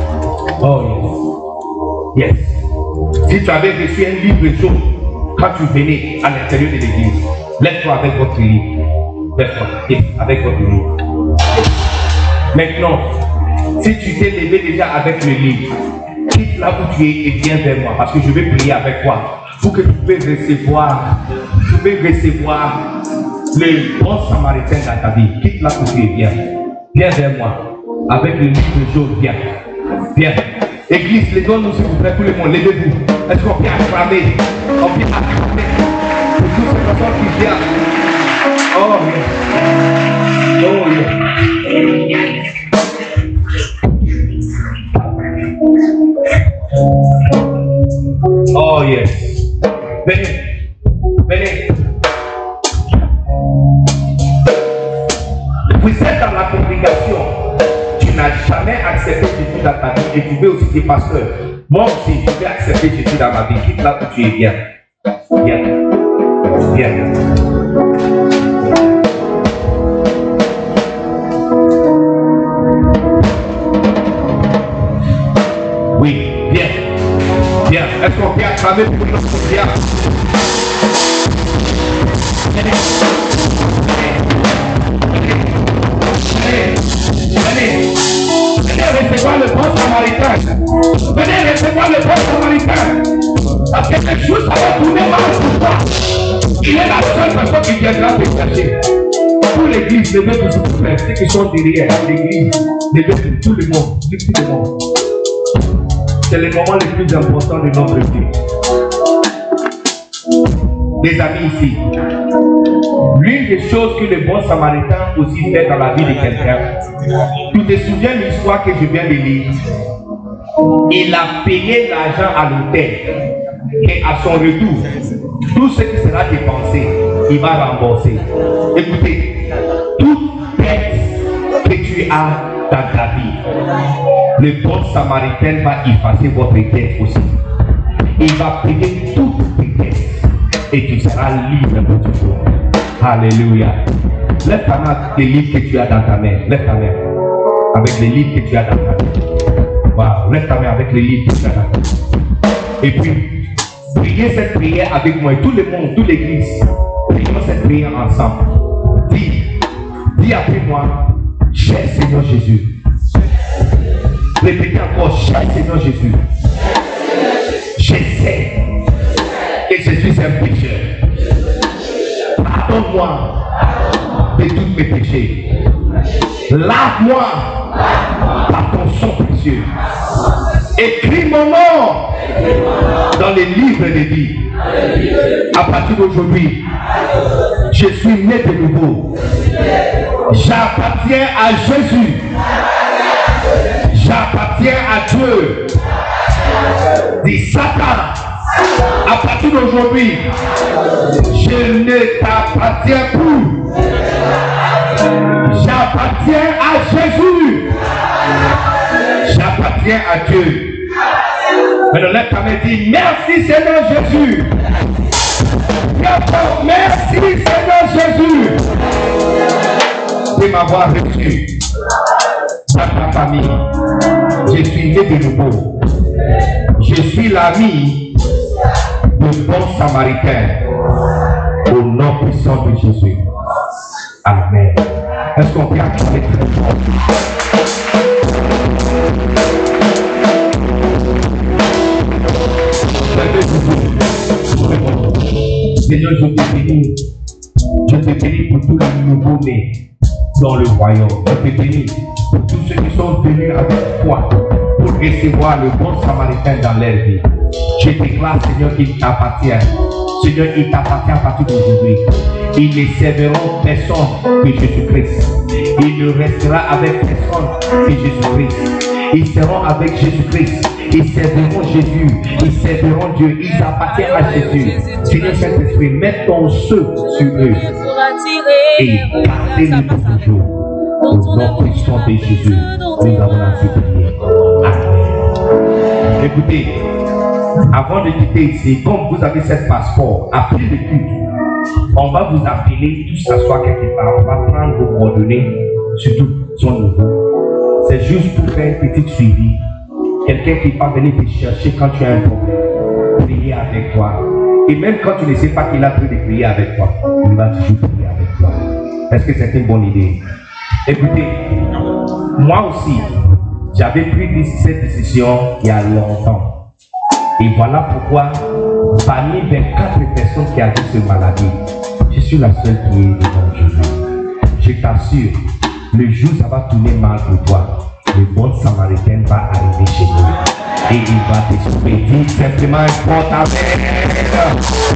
Oh yes. Yes. Si tu avais reçu un livre jaune quand tu venais à l'intérieur de l'église, lève-toi avec votre livre. Lève-toi yes, avec votre livre. Maintenant, si tu t'es levé déjà avec le livre, quitte là où tu es et viens vers moi parce que je vais prier avec toi pour que tu puisses recevoir, tu peux recevoir le bon samaritain dans ta vie. Quitte là où tu es, viens. Viens vers moi avec le livre jaune, viens. Viens. Église, levez-nous s'il vous plaît, tout le monde, levez-vous. Est-ce qu'on peut acclamer? On peut acclamer pour toutes ces personnes qui viennent. Oh yes. Oh yes. Oh yes. Venez. Venez. Vous êtes dans la congrégation. Tu n'as jamais accepté Jésus dans ta vie et tu veux aussi dire pasteur. Moi aussi, je vais accepter Jésus dans ma vie. Quitte là où tu es bien. Viens. Viens. Oui, viens. Viens. Est-ce qu'on peut acclamer pour notre Viens. Venez. Venez. Venez recevoir le bon samaritain. Venez recevoir le bon samaritain. Parce que quelque chose ça va tourner mal pour toi. Il est la seule personne qui viendra te chercher. Pour l'église, levez-vous s'il vous plaît. Ceux qui sont derrière l'église, levez-vous, tout le monde, tout le monde. C'est le moment le plus important de notre vie. Les amis ici, l'une des choses que le bon samaritain aussi fait dans la vie de quelqu'un, tu te souviens de l'histoire que je viens de lire. Il a payé l'argent à l'hôtel et à son retour, tout ce qui sera dépensé, il va rembourser. Écoutez, toute dette que tu as dans ta vie, le bon samaritain va effacer votre dette aussi. Il va payer toutes tes dettes et tu seras libre pour toujours. Alléluia. Lève ta main avec les livres que tu as dans ta main. Lève ta main avec les livres que tu as dans ta main. Wow. Lève ta main avec les livres que tu as dans ta main. Et puis, priez cette prière avec moi. Tout le monde, toute l'église, prions cette prière ensemble. Dis, dis après moi, cher Seigneur Jésus. Répétez encore, cher Seigneur Jésus. Je sais que je suis un pécheur. Pardonne-moi de tous mes péchés. Lave-moi par ton sang précieux. Écris mon nom dans les livres de vie. À partir d'aujourd'hui, je suis né de nouveau. J'appartiens à Jésus. J'appartiens à Dieu. Dis Satan, à partir d'aujourd'hui, je ne t'appartiens plus. J'appartiens à Jésus. J'appartiens à Dieu. Maintenant, lève ta main et dis merci Seigneur Jésus. Merci Seigneur Jésus de m'avoir reçu dans ta famille. Je suis né de nouveau. Je suis l'ami du bon samaritain. Au nom puissant de Jésus. Amen. Est-ce qu'on peut acclamer très fort? Seigneur, je te bénis. Je te bénis pour tous les nouveaux-nés dans le royaume. Je te bénis pour tous ceux qui sont venus avec foi pour recevoir le bon samaritain dans leur vie. Je déclare, Seigneur, qu'il t'appartient. Seigneur, il t'appartient à partir d'aujourd'hui. Ils ne serviront personne que Jésus-Christ. Il ne restera avec personne que Jésus-Christ. Ils seront avec Jésus-Christ. Ils serviront Jésus. Ils serviront Dieu. Ils appartiennent à Jésus. Seigneur Saint-Esprit, mets ton feu sur eux. Et gardez-les pour toujours. Au nom puissant de Jésus, nous avons ainsi prié. Amen. Écoutez, avant de quitter ici, comme vous avez cette passeport, après le culte, on va vous appeler, tous s'asseoir quelque part, on va prendre vos coordonnées, surtout son nouveau. C'est juste pour faire un petit suivi. Quelqu'un qui va venir te chercher quand tu as un problème, prier avec toi. Et même quand tu ne sais pas qu'il a pris de prier avec toi, il va toujours prier avec toi. Est-ce que c'est une bonne idée? Écoutez, moi aussi, j'avais pris cette décision il y a longtemps. Et voilà pourquoi, parmi vingt-quatre personnes qui avaient cette maladie, je suis la seule qui est devant Jésus. Je t'assure, le jour où ça va tourner mal pour toi, le bon samaritain va arriver chez nous. Et il va te sauver. Dis simplement un fort amen.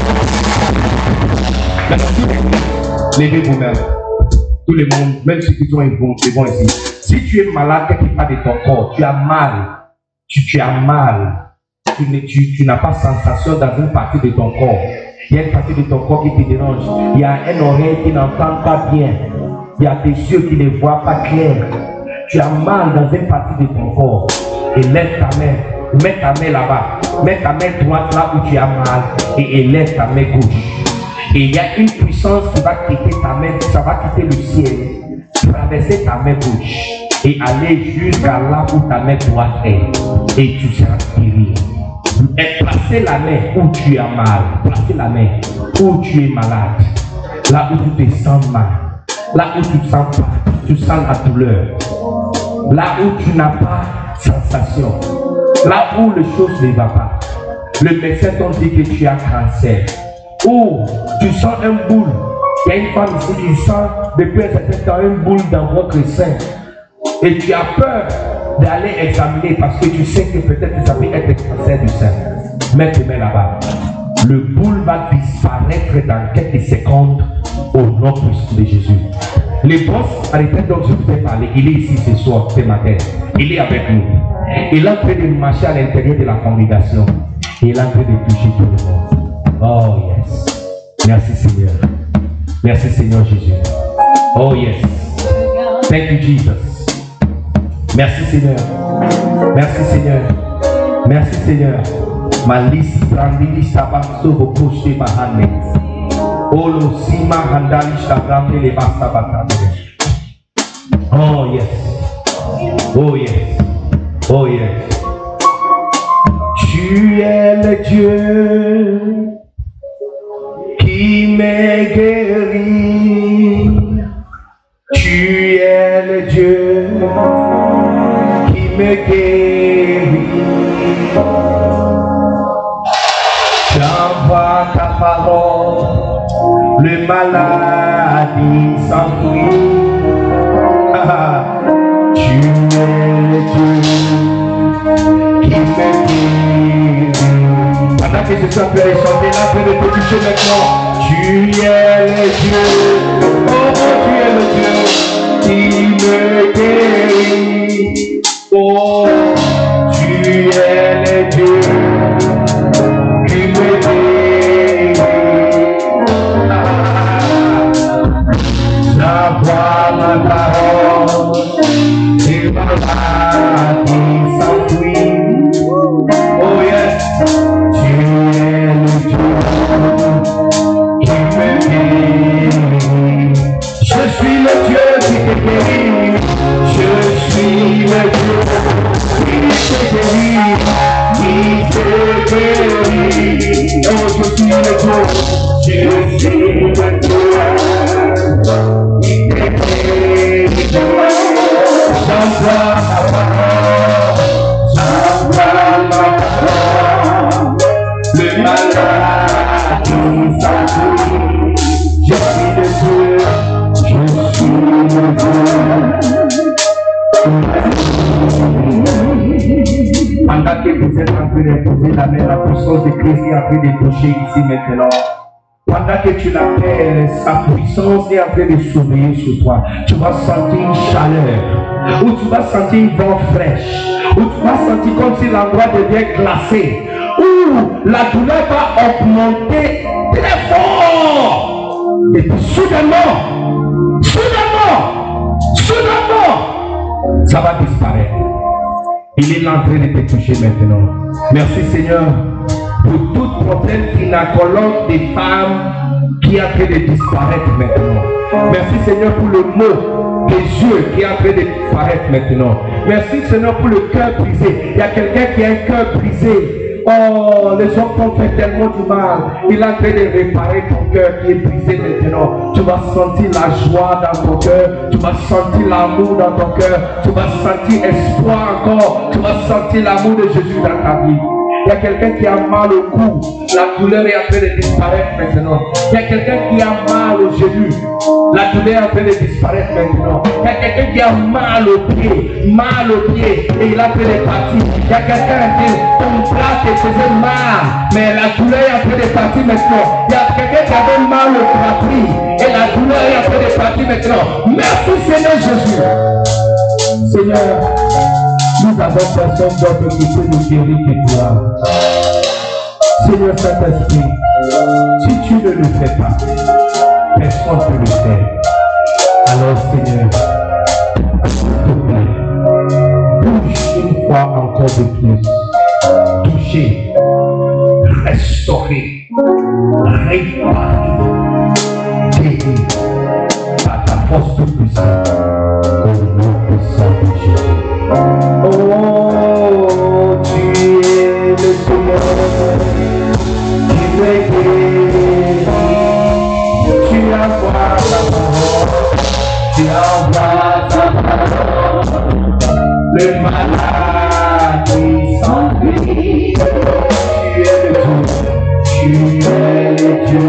Maintenant, levez vous-même. Tout le monde, même ceux qui sont devant ici. Si tu es malade quelque part de ton corps, tu as mal. Tu, tu as mal. Tu, tu, tu n'as pas sensation dans une partie de ton corps. Il y a une partie de ton corps qui te dérange. Il y a un oreille qui n'entend pas bien. Il y a des yeux qui ne voient pas clair. Tu as mal dans une partie de ton corps. Et lève ta main Mets ta main là-bas. Mets ta main droite là où tu as mal et élève ta main gauche. Et il y a une puissance qui va quitter ta main, ça va quitter le ciel, traverser ta main gauche et aller jusqu'à là où ta main droite est. Et tu seras guéri. Et placer la main où tu as mal, placer la main où tu es malade, là où tu te sens mal, là où tu te sens pas, tu sens la douleur, là où tu n'as pas sensation, là où les choses ne vont pas. Le médecin t'a dit que tu as cancer, ou tu sens un boule. Il y a une femme ici qui sent depuis un certain temps une boule dans votre sein et tu as peur d'aller examiner parce que tu sais que peut-être que ça peut être un cancer du sein. Mets tes mains là-bas. Le boule va disparaître dans quelques secondes au nom puissant de Jésus. Les bosses arrêtez dont je vous ai parlé, il est ici ce soir, ce matin. Il est avec nous. Il est en train de marcher à l'intérieur de la congrégation. Il est en train de toucher tout le monde. Oh yes. Merci Seigneur. Merci Seigneur Jésus. Oh yes. Thank you Jesus. Merci Seigneur. Merci Seigneur. Merci Seigneur. Ma liste brandili sabaso bokoshi bahane. Olo sima handali shabrande le basta batane. Oh yes. Oh yes. Oh yes. Tu es le Dieu qui m'a guéri. Tu es le Dieu qui me guérit. J'envoie ta parole, le maladie s'enfuit. Tu es le Dieu qui me guérit. Pendant que je suis en train de chanter, là, je vais te toucher maintenant. Tu es le Dieu, oh tu es le Dieu qui me guérit. Oh, tu es le Dieu qui me guérit. J'envoie ma parole et ma maladie s'enfuit. Oh yes, tu es le Dieu qui me guérit. Je suis le Dieu qui te guérit. Je suis le Dieu qui te guérit. Qui te guérit. Oh, je suis le Dieu. Je suis le Dieu qui te guérit. J'envoie ma parole. J'envoie ma parole. Le malade qui s'enfuit. Je suis le Dieu. Je suis le Dieu. Pendant que vous êtes en train de poser la main, la puissance de Christ est en train de toucher ici maintenant. Pendant que tu l'appelles, sa puissance est en train de s'ouvrir sur toi. Tu vas sentir une chaleur, ou tu vas sentir une vent fraîche, ou tu vas sentir comme si l'endroit devient glacé, ou la douleur va augmenter très fort. Et puis soudainement, soudainement, soudainement, ça va disparaître. Il est en train de te toucher maintenant. Merci Seigneur pour tout problème gynécologique des femmes qui est en train de disparaître maintenant. Merci Seigneur pour le mot des yeux qui est en train de disparaître maintenant. Merci Seigneur pour le cœur brisé. Il y a quelqu'un qui a un cœur brisé. Oh, les hommes t'ont fait tellement du mal. Il est en train de réparer ton cœur qui est brisé maintenant. Tu vas sentir la joie dans ton cœur. Tu vas sentir l'amour dans ton cœur. Tu vas sentir espoir encore. Tu vas sentir l'amour de Jésus dans ta vie. Il y a quelqu'un qui a mal au cou. La douleur est en train de disparaître maintenant. Il y a quelqu'un qui a mal au genou. La douleur est en train de disparaître maintenant. Il y a quelqu'un qui a mal au pied. Mal au pied. Et il est en train de partir. Il y a quelqu'un qui ton bras te faisait mal. Mais la douleur est en train de partir maintenant. Il y a quelqu'un qui avait mal au poitrine. Et la douleur est en train de partir maintenant. Merci Seigneur Jésus. Seigneur, nous avons personne d'autre qui peut nous guérir que toi. Seigneur Saint-Esprit, si tu ne le fais pas, personne ne peut le faire. Alors Seigneur, s'il te plaît, bouge une fois encore de plus toucher, restaurer, réparer, guérir par ta force toute puissante au nom puissant de Jésus. Oh, tu es le Seigneur qui me guérit. Tu envoies ta parole, tu envoies ta parole. Le malade s'en prie. Tu es le Dieu, tu es le Dieu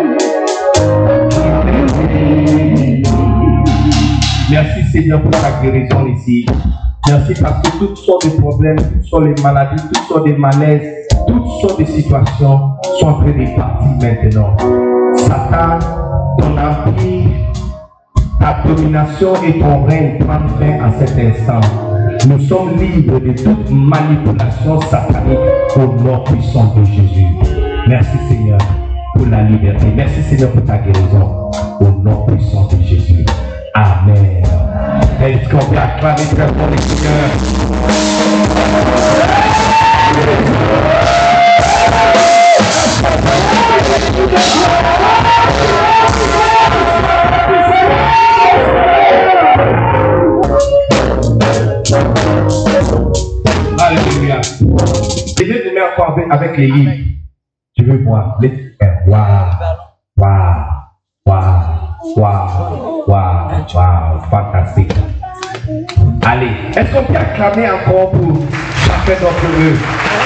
qui me guérit. Merci Seigneur pour ta guérison ici. Merci parce que toutes sortes de problèmes, toutes sortes de maladies, toutes sortes de malaises, toutes sortes de situations sont en train de partir maintenant. Satan, ton empire, ta domination et ton règne prennent fin à cet instant. Nous sommes libres de toute manipulation satanique au nom puissant de Jésus. Merci Seigneur pour la liberté. Merci Seigneur pour ta guérison au nom puissant de Jésus. Amen. Est-ce qu'on peut acclamer très fort le Seigneur? Alléluia. Je vais vous mettre encore avec, avec les livres. Je veux voir. Les... Waouh, waouh, waouh, waouh, waouh, waouh, fantastique. Allez, est-ce qu'on peut acclamer encore pour chacun d'entre eux?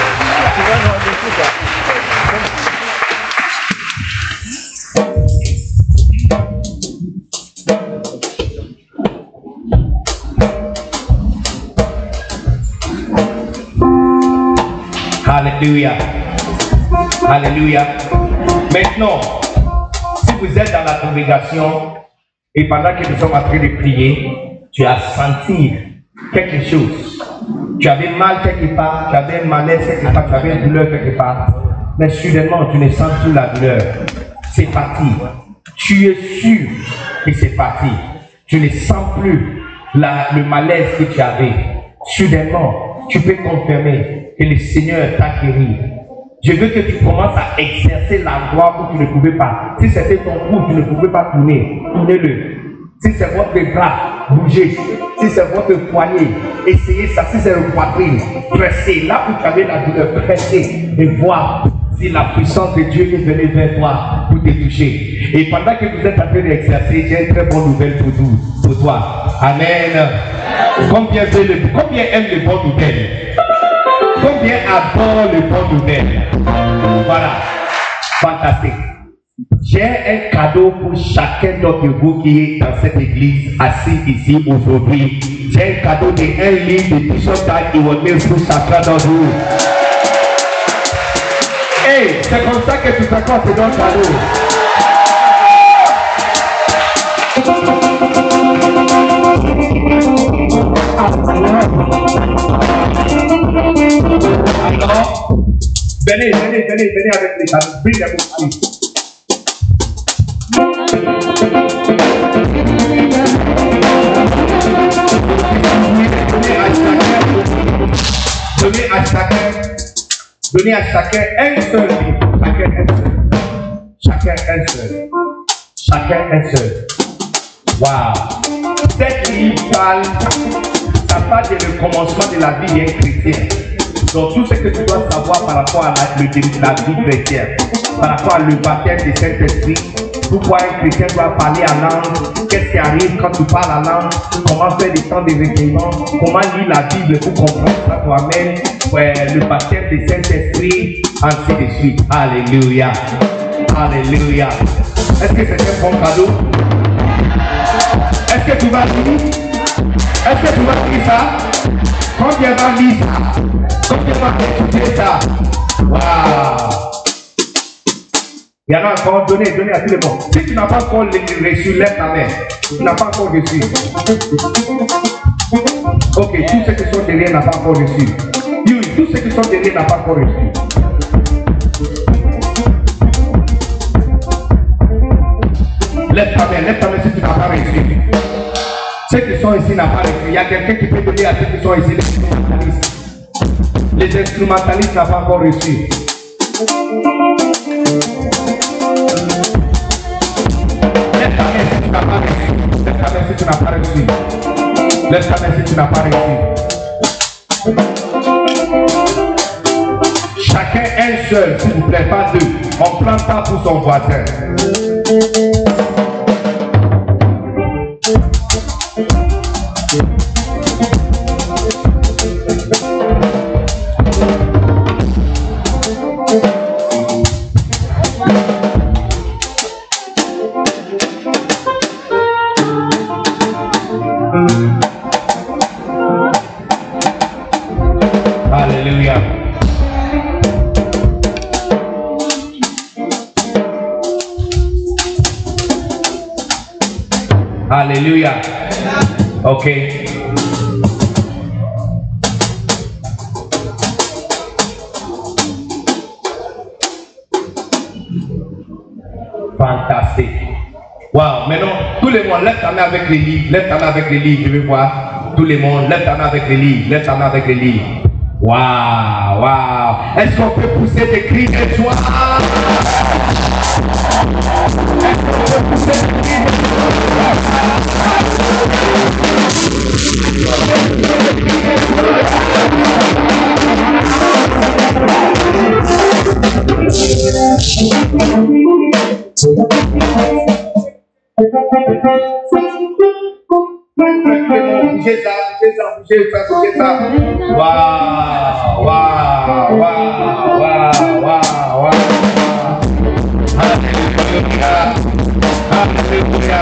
Alléluia. Alléluia. Maintenant, si vous êtes dans la congrégation et pendant que nous sommes en train de prier, tu as senti quelque chose. Tu avais mal quelque part, tu avais un malaise quelque part, tu avais une douleur quelque part. Mais soudainement, tu ne sens plus la douleur. C'est parti. Tu es sûr que c'est parti. Tu ne sens plus la, le malaise que tu avais. Soudainement, tu peux confirmer que le Seigneur t'a guéri. Je veux que tu commences à exercer la voie où tu ne pouvais pas. Si c'était ton cou, tu ne pouvais pas tourner. Tournez-le. Si c'est votre bras, bougez. Si c'est votre poignet, essayez ça. Si c'est le poitrine, pressez. Là où tu avais la douleur, pressez. Et voir si la puissance de Dieu est venue vers toi pour te toucher. Et pendant que vous êtes en train d'exercer, j'ai une très bonne nouvelle pour nous, pour toi. Amen. Combien, le, combien aime les bonnes nouvelles? Combien adore les bonnes nouvelles? Voilà. Fantastique. J'ai un cadeau pour chacun d'entre vous qui est dans cette église, assis ici aujourd'hui. J'ai un cadeau de un livre de Bishop Dag Heward-Mills pour chacun d'entre vous. Hey, c'est comme ça que tu fais quoi, c'est dans le cadeau. Alors, venez, venez, venez, venez avec les cadeaux. Bring them with Donnez à chacun, donnez à chacun un seul livre, chacun un seul, chacun un seul, chacun un seul. Waouh! Cette livre parle, ça parle de le commencement de la vie d'un chrétien. Donc tout ce que tu dois savoir par rapport à la, le, la vie chrétienne, par rapport à le baptême du Saint-Esprit, pourquoi un chrétien doit parler en langue, qu'est-ce qui arrive quand tu parles en langue, comment faire des temps de recueillement, comment lire la Bible pour comprendre ça toi-même, ouais, le baptême du Saint-Esprit, ainsi de suite. Alléluia. Alléluia. Est-ce que c'est un bon cadeau? Est-ce que tu vas lire? Est-ce que tu vas lire ça? Combien va lire ça? Combien va écouter ça? Waouh! Il y en a encore, donnez, donnez à tout le monde. Si tu n'as pas encore reçu, lève ta main. Tu n'as pas encore reçu. Ok, tous ceux qui sont derrière n'ont pas encore reçu. Oui, tous ceux qui sont derrière n'ont pas encore reçu. Lève ta main, lève ta main si tu n'as pas reçu. Ceux qui sont ici n'ont pas reçu. Il y a quelqu'un qui peut donner à ceux qui sont ici. Les instrumentalistes n'ont pas encore reçu. Lève ta main si tu n'as pas reçu. Lève ta main si tu n'as pas reçu. Lève ta main si tu n'as pas reçu. Chacun un seul, s'il vous plaît, pas deux. On ne prend pas pour son voisin. Alléluia. Alléluia. Ok. Fantastique. Wow. Maintenant, tout le monde, lève ta main avec les livres. Lève ta main avec les livres. Je veux voir. Tout le monde, lève ta main avec les livres. Lève ta main avec les livres. Waouh, waouh. Est-ce qu'on peut pousser des cris de joie? Est-ce qu'on peut pousser des cris de Bougez ça, bougez ça, bougez ça, bougez ça. Waouh, waouh, waouh, waouh, waouh, waouh. Alléluia. Alléluia.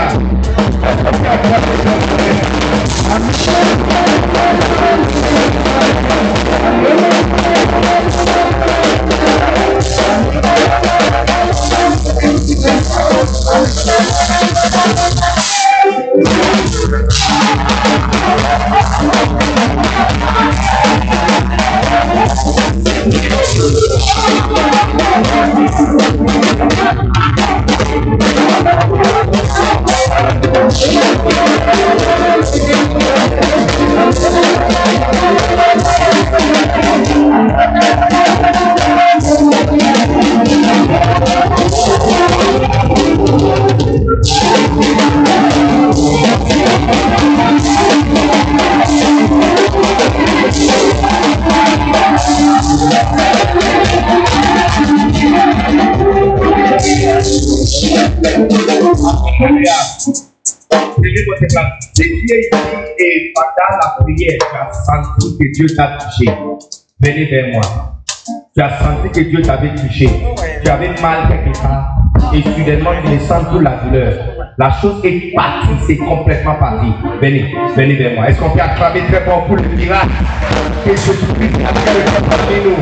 Et pendant la prière, tu as senti que Dieu t'a touché. Venez vers moi. Tu as senti que Dieu t'avait touché. Tu avais mal quelque part. Et soudainement, tu ressens toute la douleur. La chose est partie, c'est complètement parti. Venez, venez vers moi. Est-ce qu'on peut acclamer très fort pour le miracle que Jésus-Christ a fait parmi nous?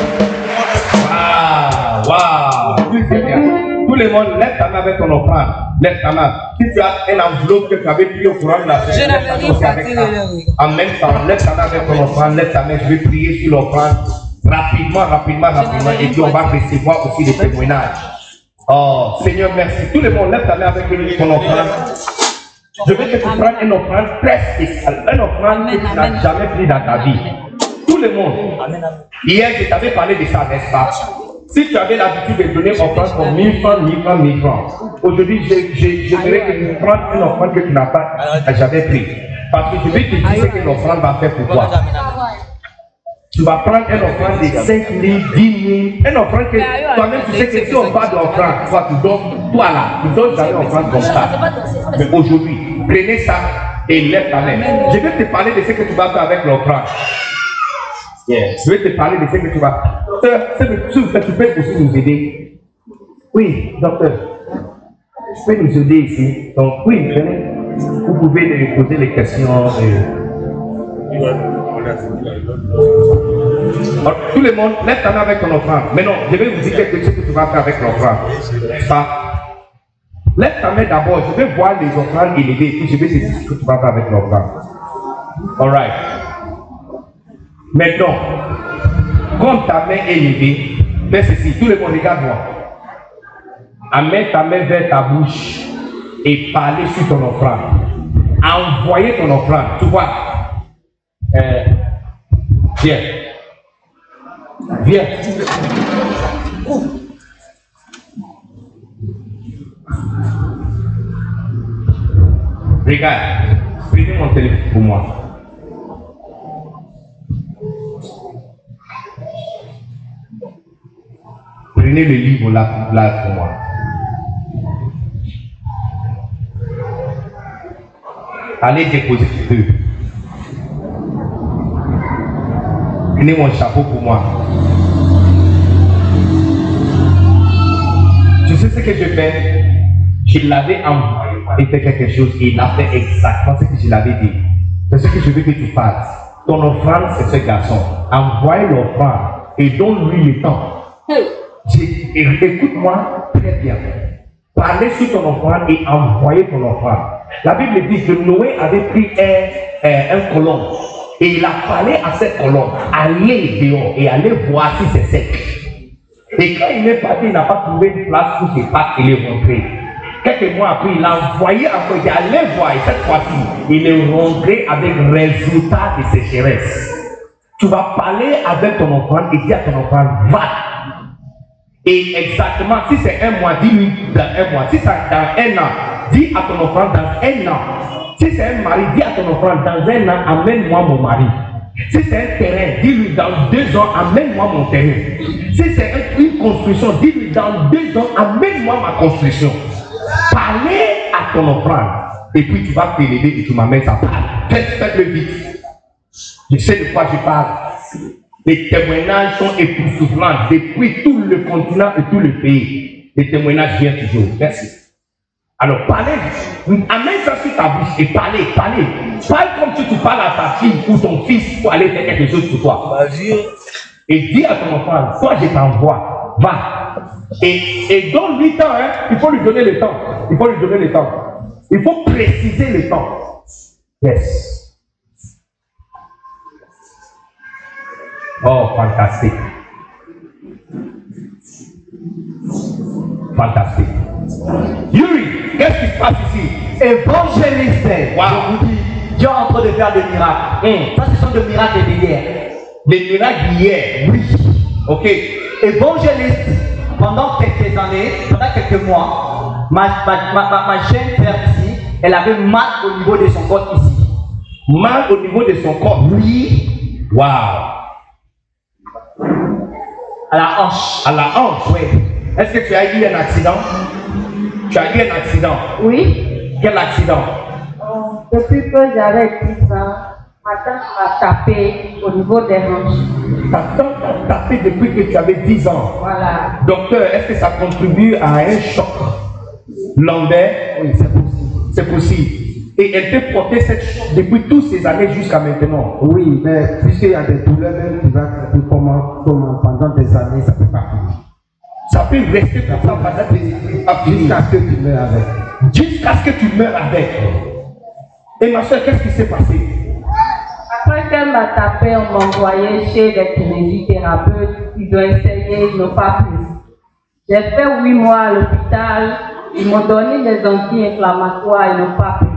Waouh, waouh. Tout le monde, lève ta main avec ton offrande. Lève ta main. Si tu as une enveloppe que tu avais pris au courant de la semaine, lève ta main avec ça. En même temps, lève ta main avec ton offrande. Lève ta main. Je vais prier sur l'offrande. Rapidement, rapidement, rapidement. Et puis on va recevoir aussi des témoignages. Oh, Seigneur, merci. Tout le monde, lève ta main avec ton offrande. Je veux que tu prennes une offrande très spéciale. Une offrande que tu n'as jamais pris dans ta vie. Tout le monde. Hier, je t'avais parlé de ça, n'est-ce pas? Si tu avais l'habitude de donner offrande pour mille francs, mille francs, mille francs, aujourd'hui, j'aimerais que tu prennes une offrande que tu n'as pas jamais pris. Parce que je vais te dire ce que l'offrande va faire pour toi. Tu vas prendre une offrande de cinq mille, dix mille, une offrande que toi-même tu sais que si on parle d'offrande, toi tu donnes, toi là, tu donnes jamais offrande comme ça. Mais aujourd'hui, prenez ça et lève ta main. Je vais te parler de ce que tu vas faire avec l'offrande. Yeah. Je vais te parler de ce que tu vas. Docteur, tu peux aussi nous aider. Oui, docteur. Tu peux nous aider ici. Donc, oui, venez. Vous pouvez lui poser les questions. Et... Alors, tout le monde, lève ta main avec ton offrande. Mais non, je vais vous dire quelque chose que tu vas faire avec l'offrande. Lève ta main d'abord. Je vais voir les offrandes élevées. Puis je vais te dire ce que tu vas faire avec l'offrande. All right. Maintenant, comme ta main est levée, fais ceci, tout le monde regarde-moi. Amène ta main vers ta bouche et parlez sur ton offrande. Envoyez ton offrande, tu vois. Euh, tiens, Viens. Regarde, prenez mon téléphone pour moi. Prenez le livre là, là pour moi. Allez déposer deux. Prenez mon chapeau pour moi. Tu sais ce que je fais? Je l'avais envoyé et fait quelque chose et il a fait exactement ce que je l'avais dit. C'est ce que je veux que tu fasses. Ton offrande, c'est ce garçon. Envoie l'offrande et donne-lui le temps. Écoute-moi très bien. Parlez sur ton offrande et envoyez ton offrande. La Bible dit que Noé avait pris un, un, un colombe et il a parlé à cette colombe, allez dehors et allez voir si c'est sec. Et quand il est parti, il n'a pas trouvé de place pour ses pattes, il est rentré. Quelques mois après, il a envoyé encore, il allait voir et cette fois-ci, il est rentré avec résultat de sécheresse. Tu vas parler avec ton enfant et dire à ton enfant, va. Et exactement, si c'est un mois, dis-lui dans un mois. Si c'est dans un an, dis à ton enfant dans un an. Si c'est un mari, dis à ton enfant dans un an, amène-moi mon mari. Si c'est un terrain, dis-lui dans deux ans, amène-moi mon terrain. Si c'est une construction, dis-lui dans deux ans, amène-moi ma construction. Parlez à ton offrande et puis tu vas te lever et tu m'amènes sa part. Faites-le vite. Je sais de quoi je parle. Les témoignages sont époustouflants depuis tout le continent et tout le pays. Les témoignages viennent toujours. Merci. Alors parlez, amène ça sur ta bouche et parlez, parlez. Parle comme si tu parles à ta fille ou ton fils pour aller faire quelque chose pour toi. Et dis à ton enfant, toi je t'envoie, va. Et, et donne-lui temps, hein. Il faut lui donner le temps. Il faut lui donner le temps. Il faut préciser le temps. Yes. Oh, fantastique. Fantastique. Yuri, qu'est-ce qui se passe ici? Évangéliste. Wow. Je vous dis, Dieu est en train de faire des miracles. Mm. Ça, ce sont des miracles d'hier. Des miracles d'hier. Oui. Ok. Évangéliste, pendant quelques années, pendant quelques mois, ma, ma, ma, ma, ma jeune sœur ici, elle avait mal au niveau de son corps ici. Mal au niveau de son corps. Oui. Wow. À la hanche. À la hanche, oui. Est-ce que tu as eu un accident? Tu as eu un accident? Oui. Quel accident? Depuis que j'avais dix ans, ma tante m'a tapé au niveau des hanches. Ta tante t'a tapé depuis que tu avais dix ans. Voilà. Docteur, est-ce que ça contribue à un choc lombaire? Oui, c'est possible. C'est possible. Et elle peut porter cette choc depuis toutes ces années jusqu'à maintenant. Oui, mais puisqu'il y a des douleurs, même qui vont comment, comment pendant des années, ça ne peut pas finir. Ça peut rester comme ça pendant des années. Jusqu'à ce que tu meurs avec. Jusqu'à ce que tu meurs avec. Et ma soeur, qu'est-ce qui s'est passé? Après qu'elle m'a tapé, on m'a envoyé chez des kinésithérapeutes. Ils ont essayé, ils n'ont pas pu. J'ai fait huit mois à l'hôpital. Ils m'ont donné des anti-inflammatoires, ils n'ont pas pu.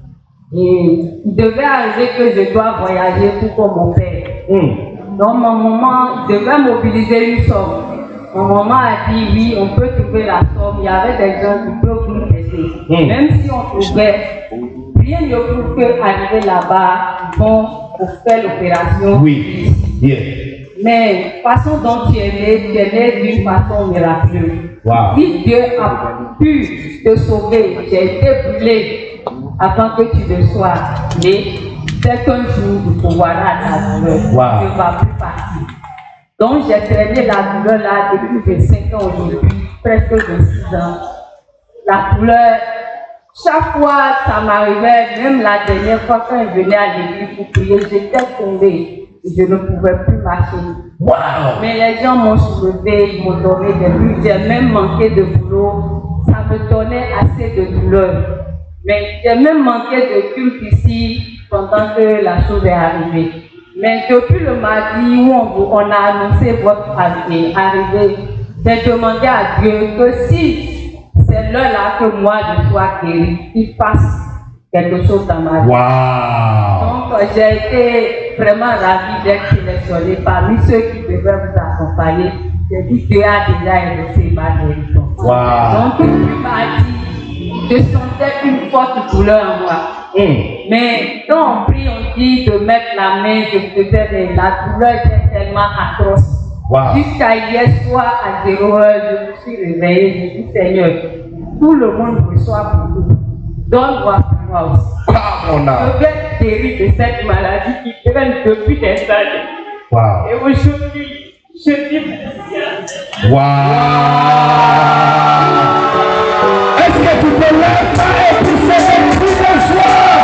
Et il devait arriver que je dois voyager pour qu'on mon père. Mm. Donc mon maman devait mobiliser une somme. Mon maman a dit oui, on peut trouver la somme. Il y avait des gens qui peuvent nous aider. Mm. Même si on trouvait, rien ne prouve qu'arriver là-bas, ils vont pour faire l'opération. Oui. Yeah. Mais façon dont tu es né, tu es né d'une façon miraculeuse. Wow. Si Dieu a pu te sauver, j'ai été brûlé avant que tu le sois né, c'est qu'un jour tu pourras ta douleur. Wow. Tu ne vas plus partir. Donc j'ai traîné la douleur là depuis vingt-cinq ans aujourd'hui, presque vingt-six ans. La douleur, chaque fois ça m'arrivait, même la dernière fois quand je venais à l'église pour prier, j'étais tombée. Je ne pouvais plus marcher. Wow. Mais les gens m'ont soulevé, ils m'ont donné des buts, j'ai même manqué de boulot. Ça me donnait assez de douleur. Mais j'ai même manqué de culte ici pendant que la chose est arrivée. Mais depuis le mardi où on, on a annoncé votre arrivée, j'ai demandé à Dieu que si c'est l'heure-là que moi je sois guéri, il fasse quelque chose dans ma vie. Wow. Donc j'ai été vraiment ravie d'être sélectionnée parmi ceux qui devaient vous accompagner. J'ai dit que Dieu a déjà élevé ma guérison. Wow. Donc, il m'a dit, je sentais une forte douleur en moi. Mm. Mais quand on prie, on dit de mettre la main, je faisais, mais la douleur était tellement atroce. Wow. Jusqu'à hier soir à zéro heure, je me suis réveillée, je dis Seigneur, tout le monde reçoit pour nous. Donne-moi pour moi aussi. Wow. Je vais être guéri de cette maladie qui traîne depuis des années. Wow. Et aujourd'hui, je dis merci. Wow. Est-ce que tu peux lever ta main pour célébrer le soir?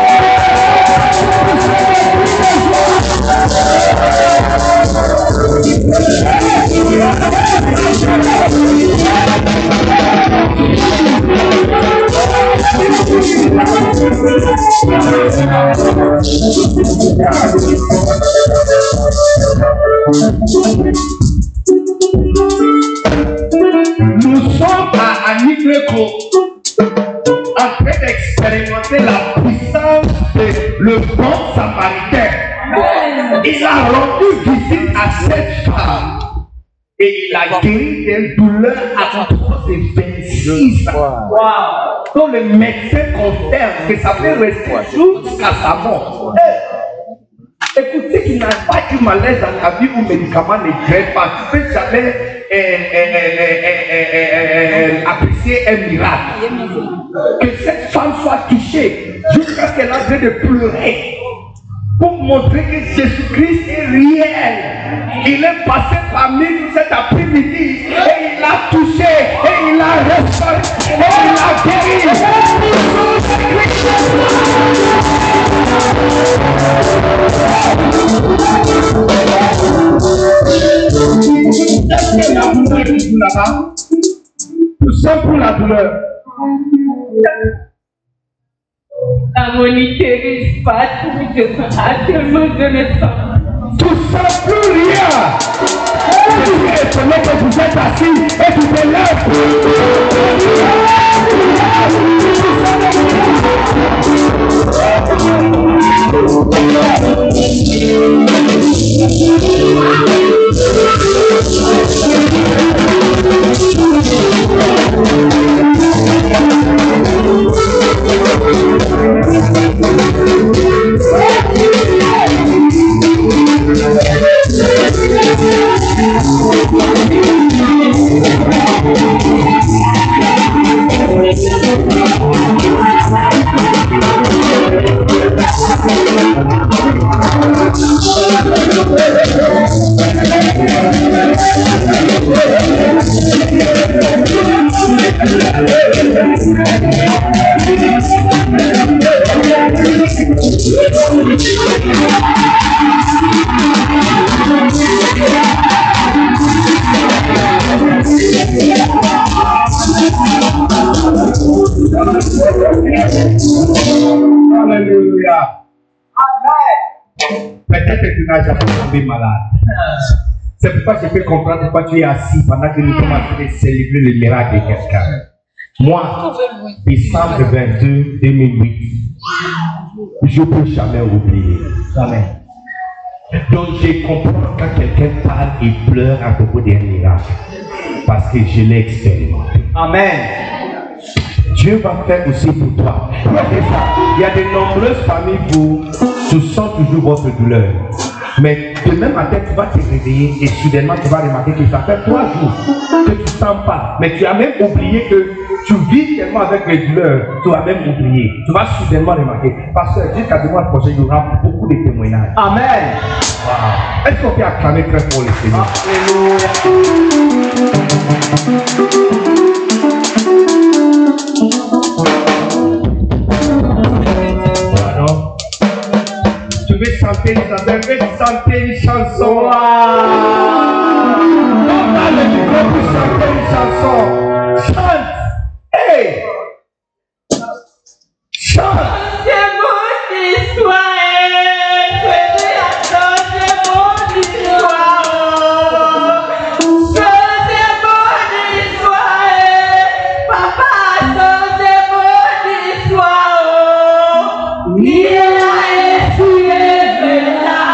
Nous sommes à Anigreko en train d'expérimenter la puissance de le bon samaritain. Il a rendu visite à cette femme et il a guéri des douleurs atroces et vingt-six ans. Wow. Donc le médecin confirme que ça peut rester jusqu'à sa mort. Hey. Écoutez qu'il n'a pas eu malaise dans ta vie où le médicament ne crée pas. Tu peux jamais eh, eh, eh, eh, eh, eh, apprécier un miracle. Que cette femme soit touchée jusqu'à ce qu'elle a besoin de pleurer. Pour montrer que Jésus-Christ est réel. Il est passé parmi nous cet après-midi et il a touché et il a restauré et il a guéri. Est-ce que la douleur est pour là-bas? Nous sommes pour la douleur. La monitorise pas tout, je actuellement je ne sens. Tu ne sens plus rien. Je suis étonné que vous êtes assis et tu te Alléluia. Peut-être que tu n'as jamais tombé malade. C'est pourquoi je peux comprendre pourquoi tu es assis pendant que nous sommes en train de célébrer le miracle de quelqu'un. Moi, décembre vingt-deux deux mille huit, je ne peux jamais oublier. Jamais. Donc je comprends quand quelqu'un parle et pleure à propos d'un miracle. Parce que je l'ai expérimenté. Amen. Dieu va faire aussi pour toi. Il y a de nombreuses familles où tu sens toujours votre douleur. Mais demain matin, tu vas te réveiller et soudainement tu vas remarquer que ça fait trois jours que tu ne sens pas. Mais tu as même oublié que tu vis tellement avec les douleurs, tu as même oublié. Tu vas soudainement remarquer. Parce que jusqu'à dimanche prochain, il y aura beaucoup de témoignages. Amen. Wow. Est-ce qu'on peut acclamer très fort le Seigneur? Alors, tu veux chanter une chanson, tu veux chanter une chanson. Wow. On a le micro pour chanter une chanson. Chante. Hey. Chante. C'est mon histoire. Il a essuyé mes larmes.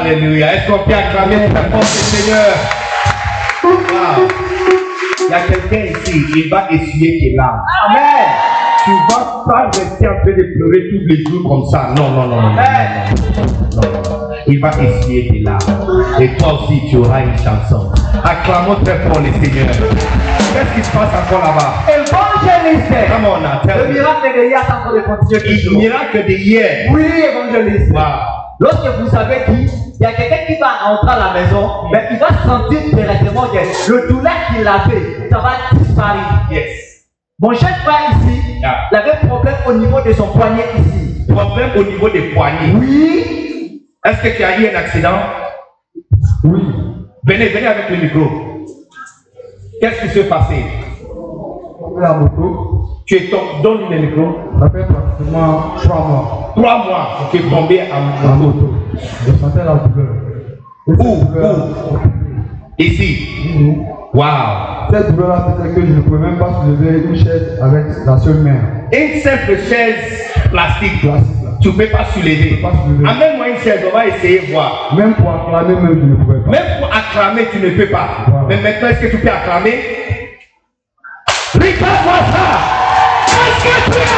Alléluia. Est-ce qu'on peut acclamer très fort le Seigneur? Wow. Il y a quelqu'un ici, il va essuyer tes larmes. Amen. Tu ne vas pas rester en train de pleurer tous les jours comme ça. Non, non, non, non, non, non, non, non. Il va essuyer tes larmes. Et toi aussi, tu auras une chanson. Acclamons très fort le Seigneur. Qu'est-ce qui se passe encore là-bas? Évangéliste. Come on now, tell Le me. miracle de hier, c'est encore de continuer Le toujours. miracle de hier. Oui, évangéliste. Wow. Lorsque vous savez qu'il y a quelqu'un qui va entrer à la maison, mais il va sentir directement que le douleur qu'il avait, ça va disparaître. Yes. Mon cher frère ici, Yeah. il avait un problème au niveau de son poignet ici. Problème au niveau des poignets. Oui. Est-ce que tu as eu un accident? Oui. Venez, venez avec le micro. Qu'est-ce qui s'est passé? La moto, Tu es tombé. Donne le micro. ça fait pratiquement trois mois. Trois mois. Tu es tombé en La moto. moto. Je sentais la douleur. Et cette Où? douleur- Ici. Mhm. Wow. Cette douleur-là faisait que je ne pouvais même pas soulever une chaise avec la seule main. Une simple chaise plastique. Plastique, là. Tu ne peux pas soulever. Je peux pas soulever. Amène-moi une chaise, on va essayer de voir. Même pour acclamer, même je ne pouvais pas. Même pour acclamer, tu ne peux pas. Voilà. Mais maintenant, est-ce que tu peux acclamer? Regarde-moi ça! Est-ce que tu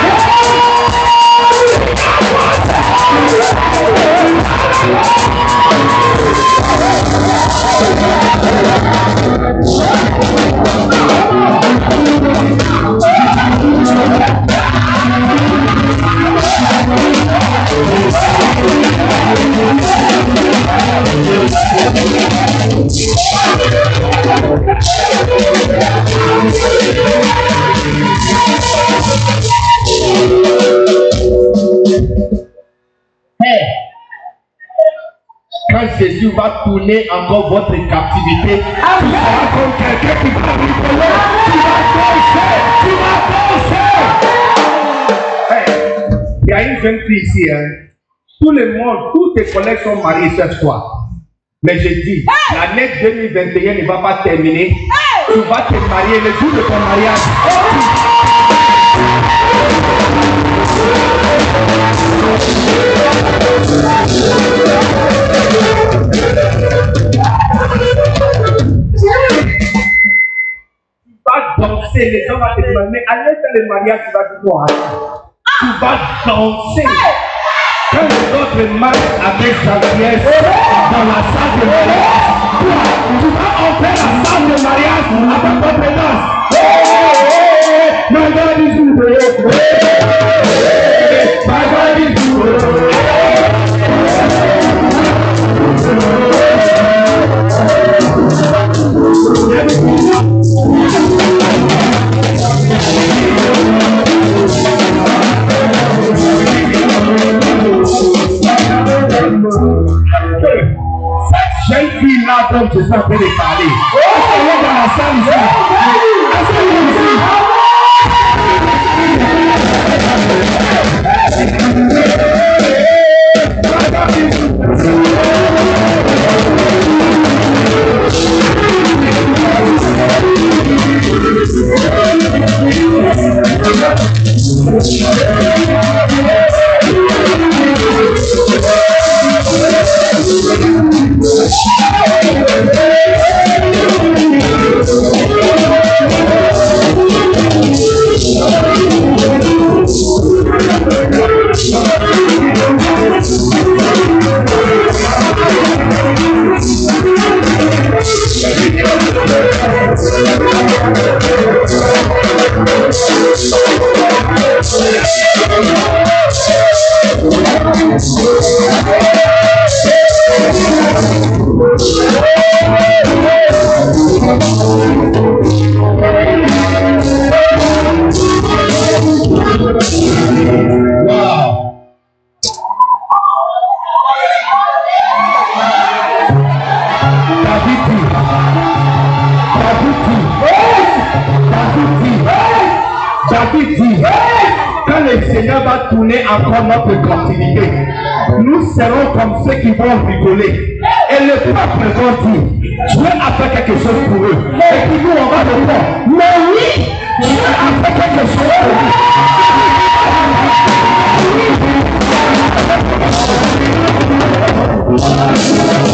Hey. Quand Jésus va tourner encore votre captivité, tu seras comme quelqu'un qui va rigoler, tu vas danser, tu vas danser. Hey, il y a une jeune fille ici, hein. Tout le monde, tous tes collègues sont mariés cette fois. Mais je dis, l'année deux mille vingt et un ne va pas terminer. Tu vas te marier le jour de ton mariage. Tu vas danser, les gens vont te demander, mais allez faire le mariage, tu vas dire quoi? Tu vas danser. Quand les autres marchent avec sa pièce dans la salle de mariage, toi, tu vas entrer la salle de mariage avec votre danse. My God is good. My God is good. Cette jeune fille-là dont je suis en train de parler, elle est dans la salle ici. Est-ce que vous dites? Quand le Seigneur va tourner encore notre captivité, nous serons comme ceux qui vont rigoler. Et le peuple va dire, Dieu a fait quelque chose pour eux. Et puis nous, on va le faire. Mais oui, Dieu a fait quelque chose pour eux.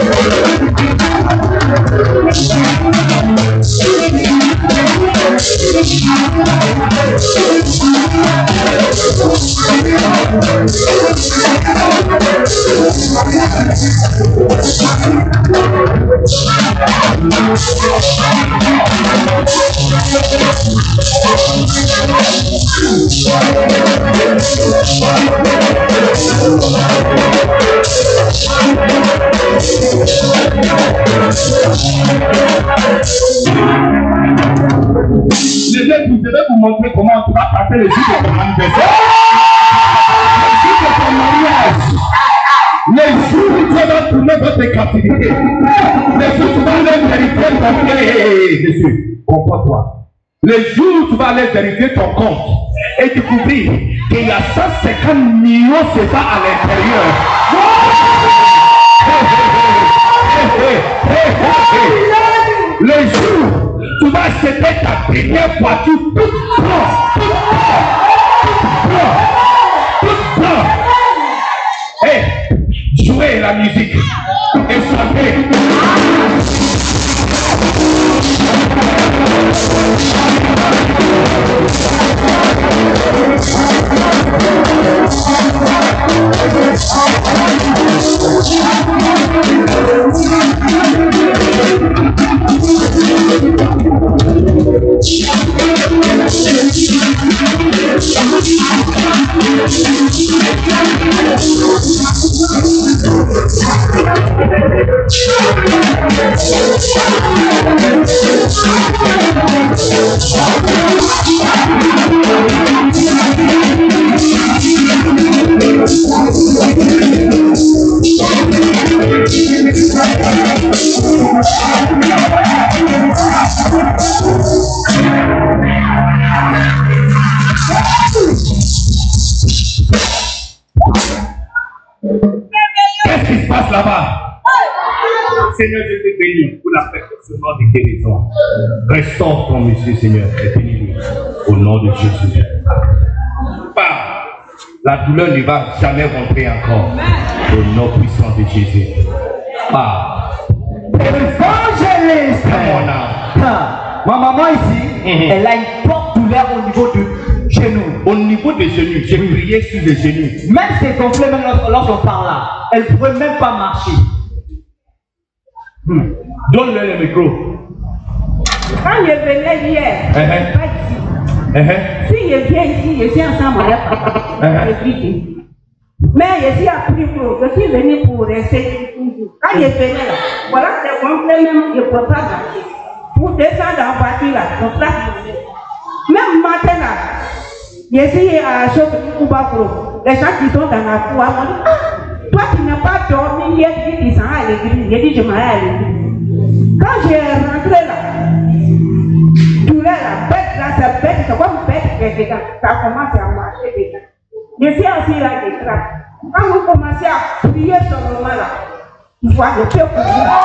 Je vais vous, je vais vous montrer comment tu vas passer le jour de ton anniversaire. Le jour de ton mariage. Les jours où tu vas tourner votre captivité. Les jours où tu vas aller vérifier ton compte. Monsieur, comporte-toi. Les jours où tu vas aller vérifier ton compte et découvrir qu'il y a cent cinquante millions de C F A à l'intérieur. Les jours tu vas acheter ta première voiture toute blanche, toute blanche, toute blanche. Hey, jouez la musique et chantez. Qu'est-ce qui se passe là-bas? Seigneur, je te bénis pour la perfection de guérison. Restaure ton monsieur, Seigneur, et bénis-lui au nom de Jésus. Pas, la douleur ne va jamais rentrer encore au nom puissant de Jésus. Pas. Évangéliste. Ma maman ici, mm-hmm. elle a une forte douleur au niveau du genou. Au niveau des genoux, j'ai prié sur les genoux. Même si c'est gonflé, même lorsqu'on parle là, elle ne pourrait même pas marcher. Hmm. Donne-le le micro. Quand je venais hier, uh -huh. pas ici. Uh -huh. Si je viens ici, je suis ensemble avec papa. Uh -huh. Mais je suis appris pour, je suis venu pour rester toujours. Quand je venais là, voilà, c'est gonflé même, je ne peux pas marcher. Pour descendre en voiture là, on place même matin là, je suis à Chokubakro. Les gens qui sont dans la cour m'ont dit, ah, toi tu n'as pas dormi hier, tu dis, à l'église. J'ai dit, je m'en vais à l'église. Quand j'ai rentré là, douleur la bête là, c'est bête, c'est comme bête qui est dedans. Ça commence à marcher dedans. Je suis aussi là, des trappes. Quand vous commencez à prier ce moment là, il faut le peuple.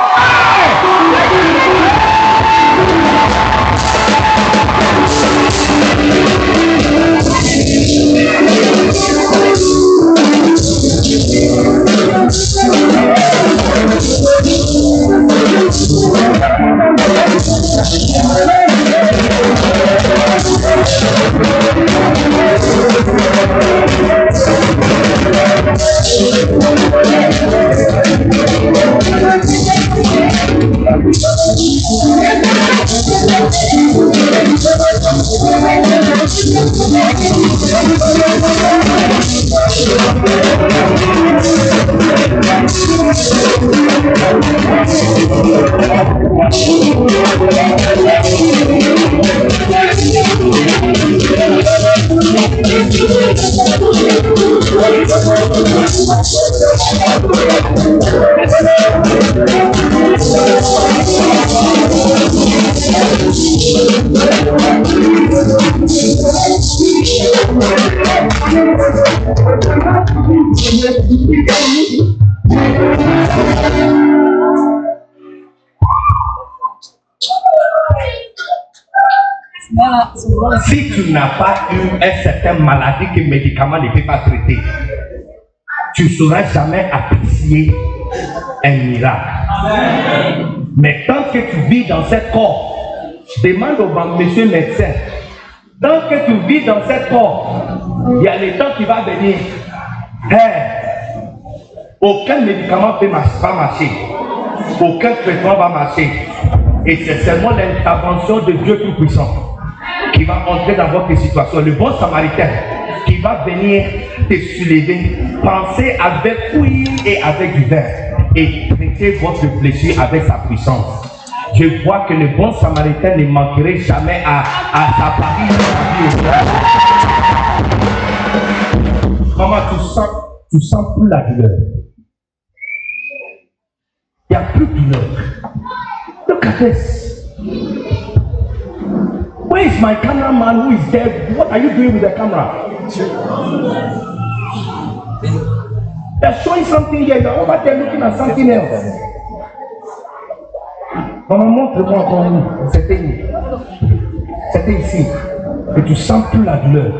Si tu n'as pas eu une certaine maladie que le médicament ne peut pas traiter, tu ne sauras jamais apprécier un miracle. Mais tant que tu vis dans ce corps, demande au monsieur médecin, tant que tu vis dans ce corps, il y a le temps qui va venir. Hey, aucun médicament ne va marcher. Aucun traitement va marcher. Et c'est seulement l'intervention de Dieu Tout-Puissant qui va entrer dans votre situation. Le bon samaritain qui va venir te soulever. Pensez avec huile et avec du vin. Et traitez votre blessure avec sa puissance. Je vois que le bon samaritain ne manquerait jamais à, à sa partie. Maman, tu sens, tu sens plus la douleur. Il n'y a plus de douleur. Look at this. Where is my cameraman who is there? What are you doing with the camera? They're showing something here. You're over there looking at something else. Maman, montre-moi encore nous. C'était C'était ici. Et tu sens plus la douleur.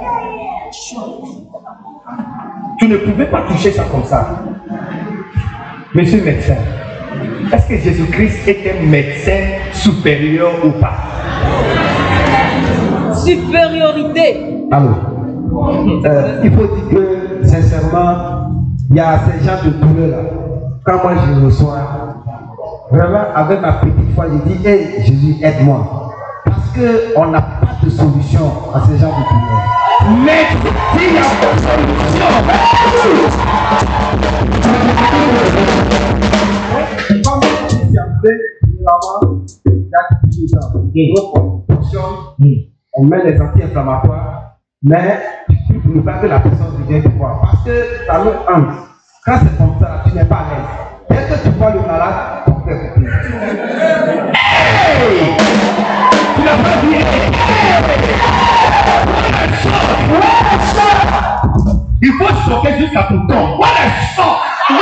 Tu ne pouvais pas toucher ça comme ça. Monsieur le médecin, est-ce que Jésus-Christ était médecin supérieur ou pas? Supériorité. Alors, euh, il faut dire que sincèrement, il y a ces gens de douleur là. Quand moi je reçois, vraiment avec ma petite foi, je dis, hey Jésus, aide-moi. Parce qu'on n'a pas de solution à ces gens de douleur. Mais il n'y a pas de solution. Quand on s'y a fait, généralement, il y a depuis des ans. Donc on fonctionne, on met les anti-inflammatoires, mais tu ne veux pas que la personne devienne te voir. Parce que ça me hange. Quand c'est comme ça, tu n'es pas à l'aise. Dès que tu vois le malade, on fait couper. Hey! Tu n'as pas dit il faut choquer jusqu'à tout le temps. What a shock!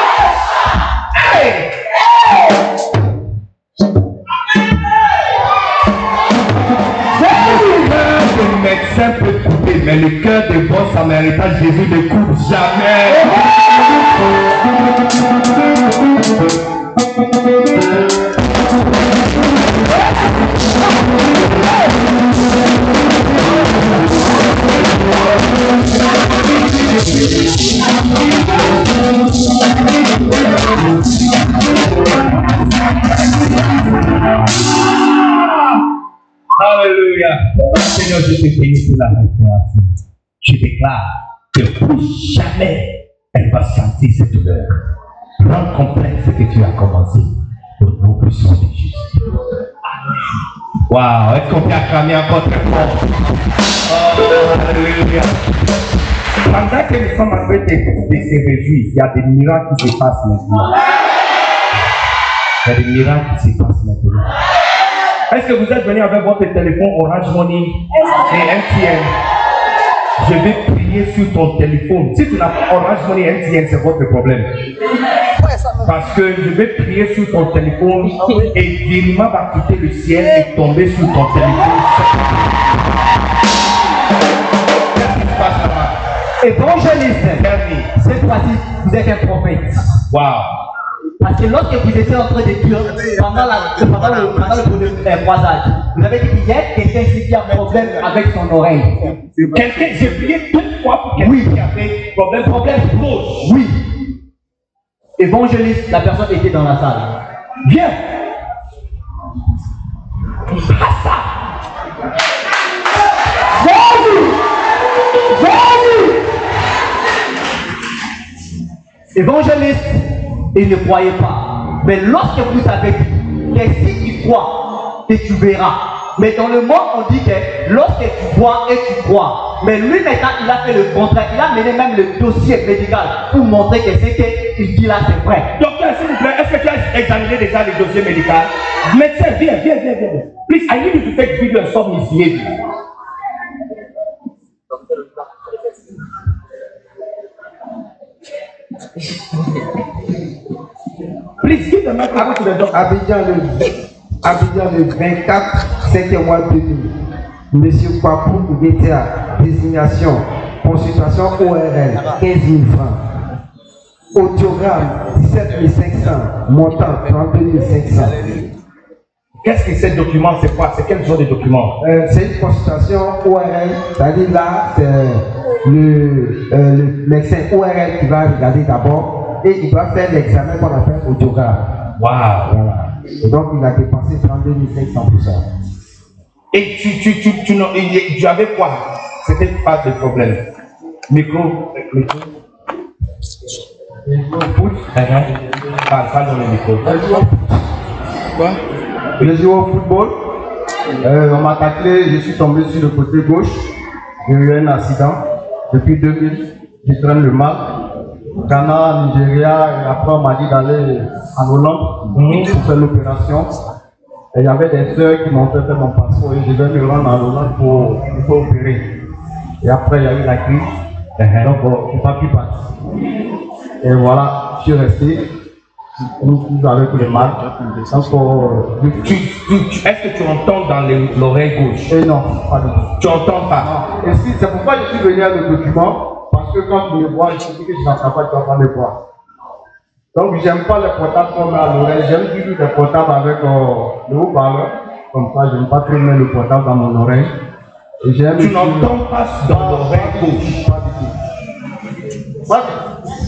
Hey! Le médecin peut couper, mais le cœur des bons samaritains, Jésus ne coupe jamais. Alléluia. Seigneur, je te bénis pour la restauration. Je déclare que plus jamais elle va sentir cette douleur. Rends complète ce que tu as commencé. Au nom puissant de Jésus. Waouh, est-ce qu'on peut acclamer encore très fort? Oh, alléluia. Pendant que nous sommes en train de, de se réjouir, il y a des miracles qui se passent maintenant. Il y a des miracles qui se passent maintenant. Est-ce que vous êtes venu avec votre téléphone Orange Money et M T N? Je vais prier sur ton téléphone. Si tu n'as pas Orange Money et M T N, c'est votre problème. Parce que je vais prier sur ton téléphone et virement va quitter le ciel et tomber sur ton téléphone. Qu'est-ce qui se passe là-bas? Évangéliste, cette fois-ci, vous êtes un prophète. Waouh! Parce que lorsque vous étiez en train de dire, pendant, la, pendant le, pendant le croisage, vous avez dit qu'il y a quelqu'un qui a un problème avec son oreille. Quelqu'un, j'ai prié deux fois pour quelqu'un oui. qui avait problème, problème gauche. Oui. Évangéliste, la personne était dans la salle. Viens. Évangéliste, il ne croyait pas. Mais lorsque vous avez dit que si tu crois, que tu verras. Mais dans le monde, on dit que lorsque tu vois et tu crois. Mais lui maintenant, il a fait le contraire. Il a mené même le dossier médical pour montrer que ce qu'il dit là, c'est vrai. Docteur, s'il vous plaît, est-ce que tu as examiné déjà le dossier médical? Médecin, viens, viens, viens, viens. Please, I need you to take video and stop misbehaving. Please give the microphone to the doctor. Abidjan le, Abidjan le vingt-quatre, cinquième mois deux mille. Monsieur Papou V T A, désignation, consultation O R L, quinze mille francs. Audiogramme, dix-sept mille cinq cents. Montant trente-deux mille cinq cents. Qu'est-ce que ces documents? C'est quoi? C'est quel genre de documents? euh, C'est une consultation O R L. C'est-à-dire là, c'est le, euh, le médecin O R L qui va regarder d'abord et il va faire l'examen qu'on appelle audiogramme. Waouh! Voilà. Et donc, il a dépensé trente-deux mille cinq cents pour ça. Et tu, tu, tu, tu, tu, tu avais quoi? C'était pas de problème. Micro, micro. Uh-huh. Parle, parle dans le micro. Quoi? Je joue au football. Euh, on m'a taclé, je suis tombé sur le côté gauche. J'ai eu un accident. Depuis deux mille, je traîne le mal. Ghana, Nigeria, et après on m'a dit d'aller en Hollande mmh. pour faire l'opération. Et il y avait des soeurs qui m'ont fait faire mon passeport et je vais me rendre en Hollande pour, pour opérer. Et après il y a eu la crise. Uh-huh. Donc bon, je n'ai pas pu partir. Et voilà, je suis resté. Nous tous avec le mal. Donc, euh, tu, tu, tu, est-ce que tu entends dans l'oreille gauche? Et non, pas du tout. Tu n'entends pas? Non. Et si, c'est pourquoi je suis venu à le document, parce que quand tu me vois, je te dis que je n'entends pas, tu vas pas me voir. Donc, j'aime pas les portables qu'on met à l'oreille, j'aime toujours les portables avec euh, le haut-parleur. Comme ça, j'aime pas trop mettre le portable dans mon oreille. Et j'aime tu n'entends pas dans l'oreille gauche? Pas du tout. Pas du tout.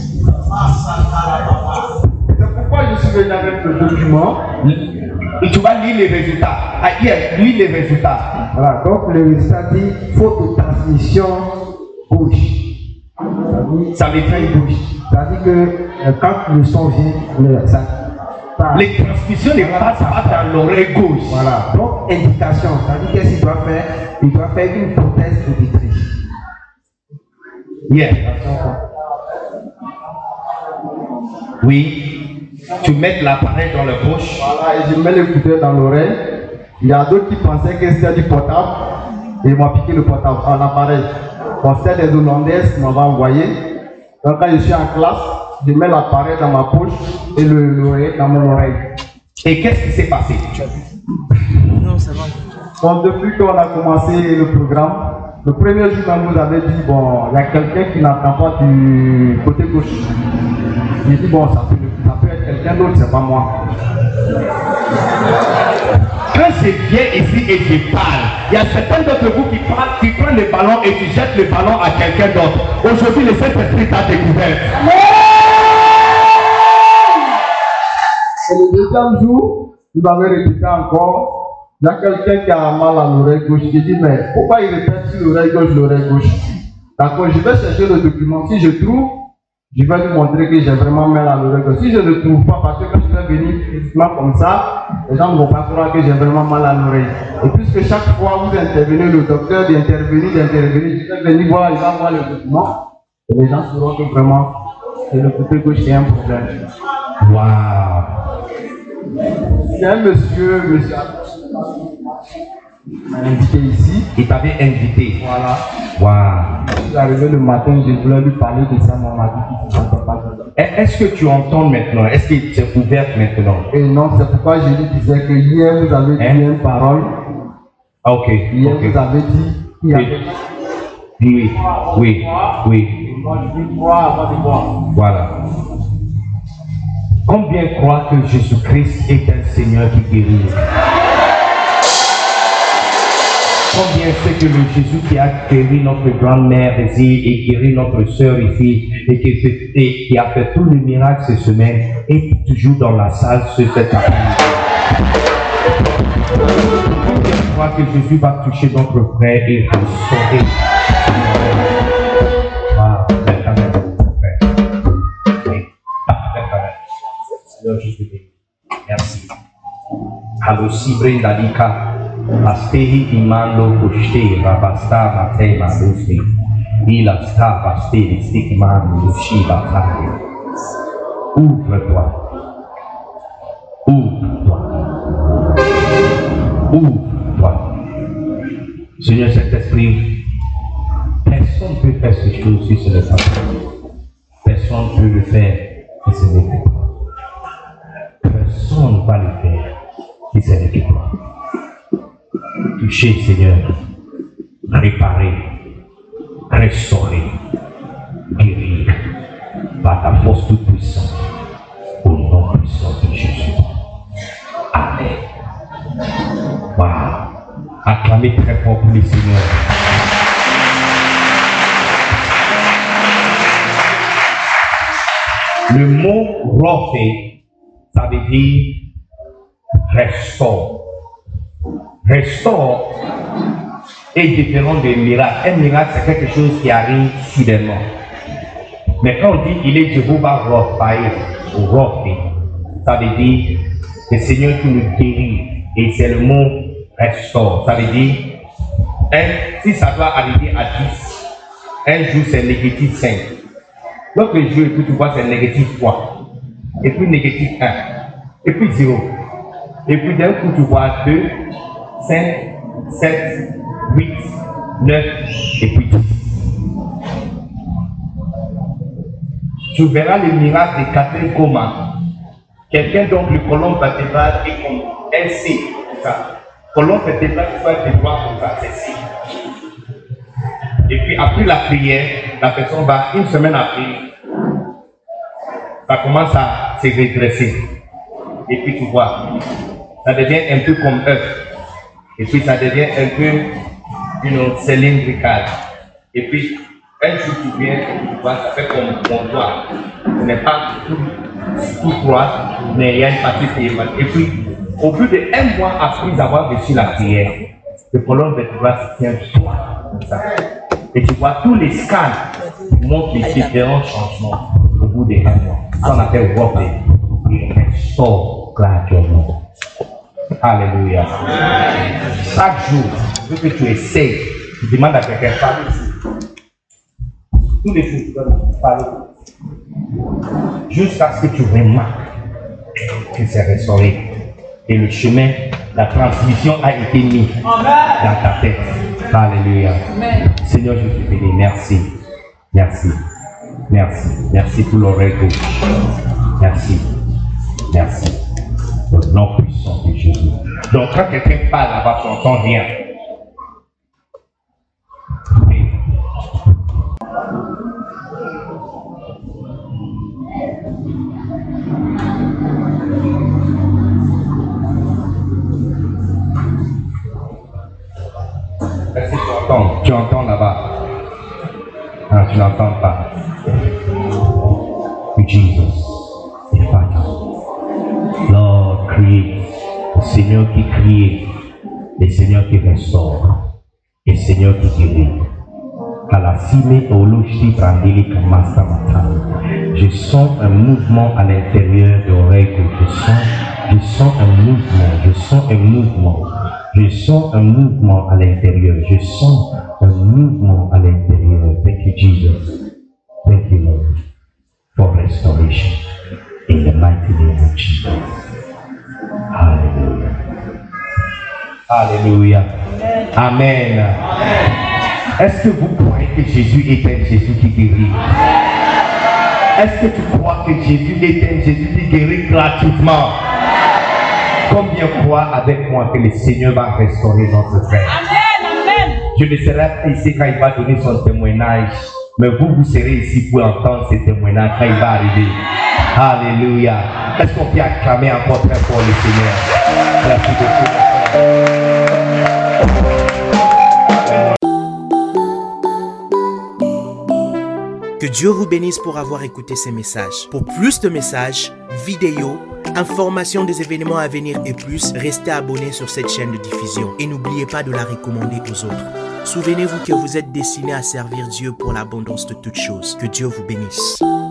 Pourquoi je suis venu avec le document? Et tu vas lire les résultats. Ah, hier, lis les résultats. Voilà, donc le résultat dit faute de transmission gauche. Ça veut dire gauche. C'est-à-dire que euh, quand le son vient, le, ça passe. Les transmissions ne passent pas dans l'oreille gauche. Voilà, donc indication. C'est-à-dire qu'est-ce qu'il doit faire? Il doit faire une prothèse auditrice. Yeah. Oui. Tu mets l'appareil dans la bouche. Voilà, et je mets l'écouteur dans l'oreille. Il y a d'autres qui pensaient que c'était du portable. Et ils m'ont piqué le portable en appareil. Bon, c'était des Hollandaises qui m'avaient envoyé. Donc quand je suis en classe, je mets l'appareil dans ma poche et l'oreille dans mon oreille. Et qu'est-ce qui s'est passé? Non, ça va. Bon, depuis qu'on a commencé le programme, le premier jour quand vous avez dit, bon, il y a quelqu'un qui n'entend pas du côté gauche. J'ai dit, bon, ça peut, ça peut être quelqu'un d'autre, c'est pas moi. Quand je viens ici et je parle, il y a certains d'entre vous qui parlent, qui prennent le ballon et tu jettes le ballon à quelqu'un d'autre. Aujourd'hui, le Saint-Esprit t'a découvert. Et le deuxième jour, il m'avait répété encore, il y a quelqu'un qui a mal à l'oreille gauche. J'ai dit, mais pourquoi il répète sur l'oreille gauche, l'oreille gauche? D'accord, je vais chercher le document. Si je trouve, je vais lui montrer que j'ai vraiment mal à l'oreille gauche. Si je ne trouve pas, parce que quand je vais venir physiquement comme ça, les gens ne vont pas croire que j'ai vraiment mal à l'oreille. Et puisque chaque fois vous intervenez, le docteur d'intervenir, d'intervenir, je vais venir voir, il va voir le document. Et les gens sauront que vraiment, c'est le côté gauche qui a un problème. Waouh! Il y a un monsieur, monsieur m'a invité ici. Il t'avait invité. Voilà. Waouh! Je suis arrivé le matin, je voulais lui parler de ça, mais on m'a dit qu'il ne s'entend pas. Est-ce que tu entends maintenant? Est-ce que tu es ouvert maintenant? Et non, c'est pourquoi je lui disais que hier vous avez dit hein? Une parole. Ah, ok. Hier okay. vous avez dit qu'il y avait. Oui, oui, oui. Voilà. Combien croient que Jésus-Christ est un Seigneur qui guérit? Combien sait que le Jésus qui a guéri notre grand-mère ici et guéri notre soeur ici et qui, et qui a fait tout le miracle cette semaine est toujours dans la salle sur cette après-midi? Combien croient que Jésus va toucher notre frère et restaurer? Seigneur Jésus, merci. Allo Sibre Dalika. Astehi imando koshte rabasta mate maduste ila sta baste stigman lushi batare. Ouvre-toi, ouvre-toi, ouvre-toi. Seigneur Saint-Esprit, personne ne peut faire ces choses si ce n'est pas toi. Personne ne peut le faire si ce n'est que toi. Personne ne va le faire si ce n'est que toi. Toucher, Seigneur, réparer, restaurer, guérir par ta force toute puissante. puissance de Jésus. Amen. Waouh. Acclamez très fort pour le Seigneur. Le mot refait, ça veut dire restaure. Restaure est différent de miracle. Un miracle, c'est quelque chose qui arrive soudainement. Mais quand on dit qu'il est Jéhovah Raphaël, ou Raphaël, ça veut dire le Seigneur qui nous guérit. Et c'est le mot restaure. Ça veut dire, un, si ça doit arriver à dix, un jour c'est négatif cinq. L'autre jour, et puis tu vois, c'est négatif trois. Et puis négatif un. Et puis zéro. Et puis d'un coup, tu vois deux, cinq, sept, huit, neuf, et puis dix. Tu verras le miracle de Catherine Coma. Quelqu'un dont le colon vertébral est comme un C. Ça. Colon vertébral, tu vas être droit comme ça, c'est C. Et puis après la prière, la personne va, une semaine après, ça commence à se redresser. Et puis tu vois, ça devient un peu comme œuf. Et puis ça devient un peu, you know, cylindrical. Et puis, un jour tu viens, tu vois, ça fait comme mon doigt. Ce n'est pas tout, tout droit, mais il y a une partie qui est mal. Et puis, au bout d'un mois après avoir reçu la prière, le colonne vertébrale se tient droit comme ça. Et tu vois, tous les scans montrent les différents changements au bout d'un mois. Ça, on appelle Wopé. Il restaure graduellement. Alléluia. Chaque jour, il faut que tu essayes, tu demandes à quelqu'un de parler ici. Tous les jours, tu dois parler. Jusqu'à ce que tu remarques que c'est restauré. Et le chemin, la transmission a été mise dans ta tête. Alléluia. Amen. Seigneur, je te bénis. Merci. Merci. Merci. Merci pour l'oreille gauche. Merci. Merci. Au nom puissant de Jésus. Donc, quand quelqu'un parle là-bas, tu n'entends rien. Est-ce que tu entends? Tu entends là-bas? Ah, tu n'entends pas. Jesus, the Father. Lord, create. Le Seigneur qui crie, le Seigneur qui restaure, le Seigneur qui guérit. Je sens un mouvement à l'intérieur de l'oreille. Je sens, je sens un mouvement, je sens un mouvement. Je sens un mouvement à l'intérieur. Je sens un mouvement à l'intérieur. Thank you, Jesus. Thank you, Lord, for restoration. In the mighty name of Jesus. Hallelujah. Hallelujah. Amen. Amen. Est-ce que vous croyez que Jésus est un Jésus qui guérit? Est-ce que tu crois que Jésus est un Jésus qui guérit gratuitement? Combien croient avec moi que le Seigneur va restaurer notre frère? Amen, amen. Je ne serai pas ici quand il va donner son témoignage, mais vous, vous serez ici pour entendre ce témoignage quand il va arriver. Alléluia. Est-ce qu'on peut acclamer encore très fort le Seigneur? Merci beaucoup. Que Dieu vous bénisse pour avoir écouté ces messages. Pour plus de messages, vidéos, informations des événements à venir et plus, restez abonnés sur cette chaîne de diffusion et n'oubliez pas de la recommander aux autres. Souvenez-vous que vous êtes destinés à servir Dieu pour l'abondance de toutes choses. Que Dieu vous bénisse.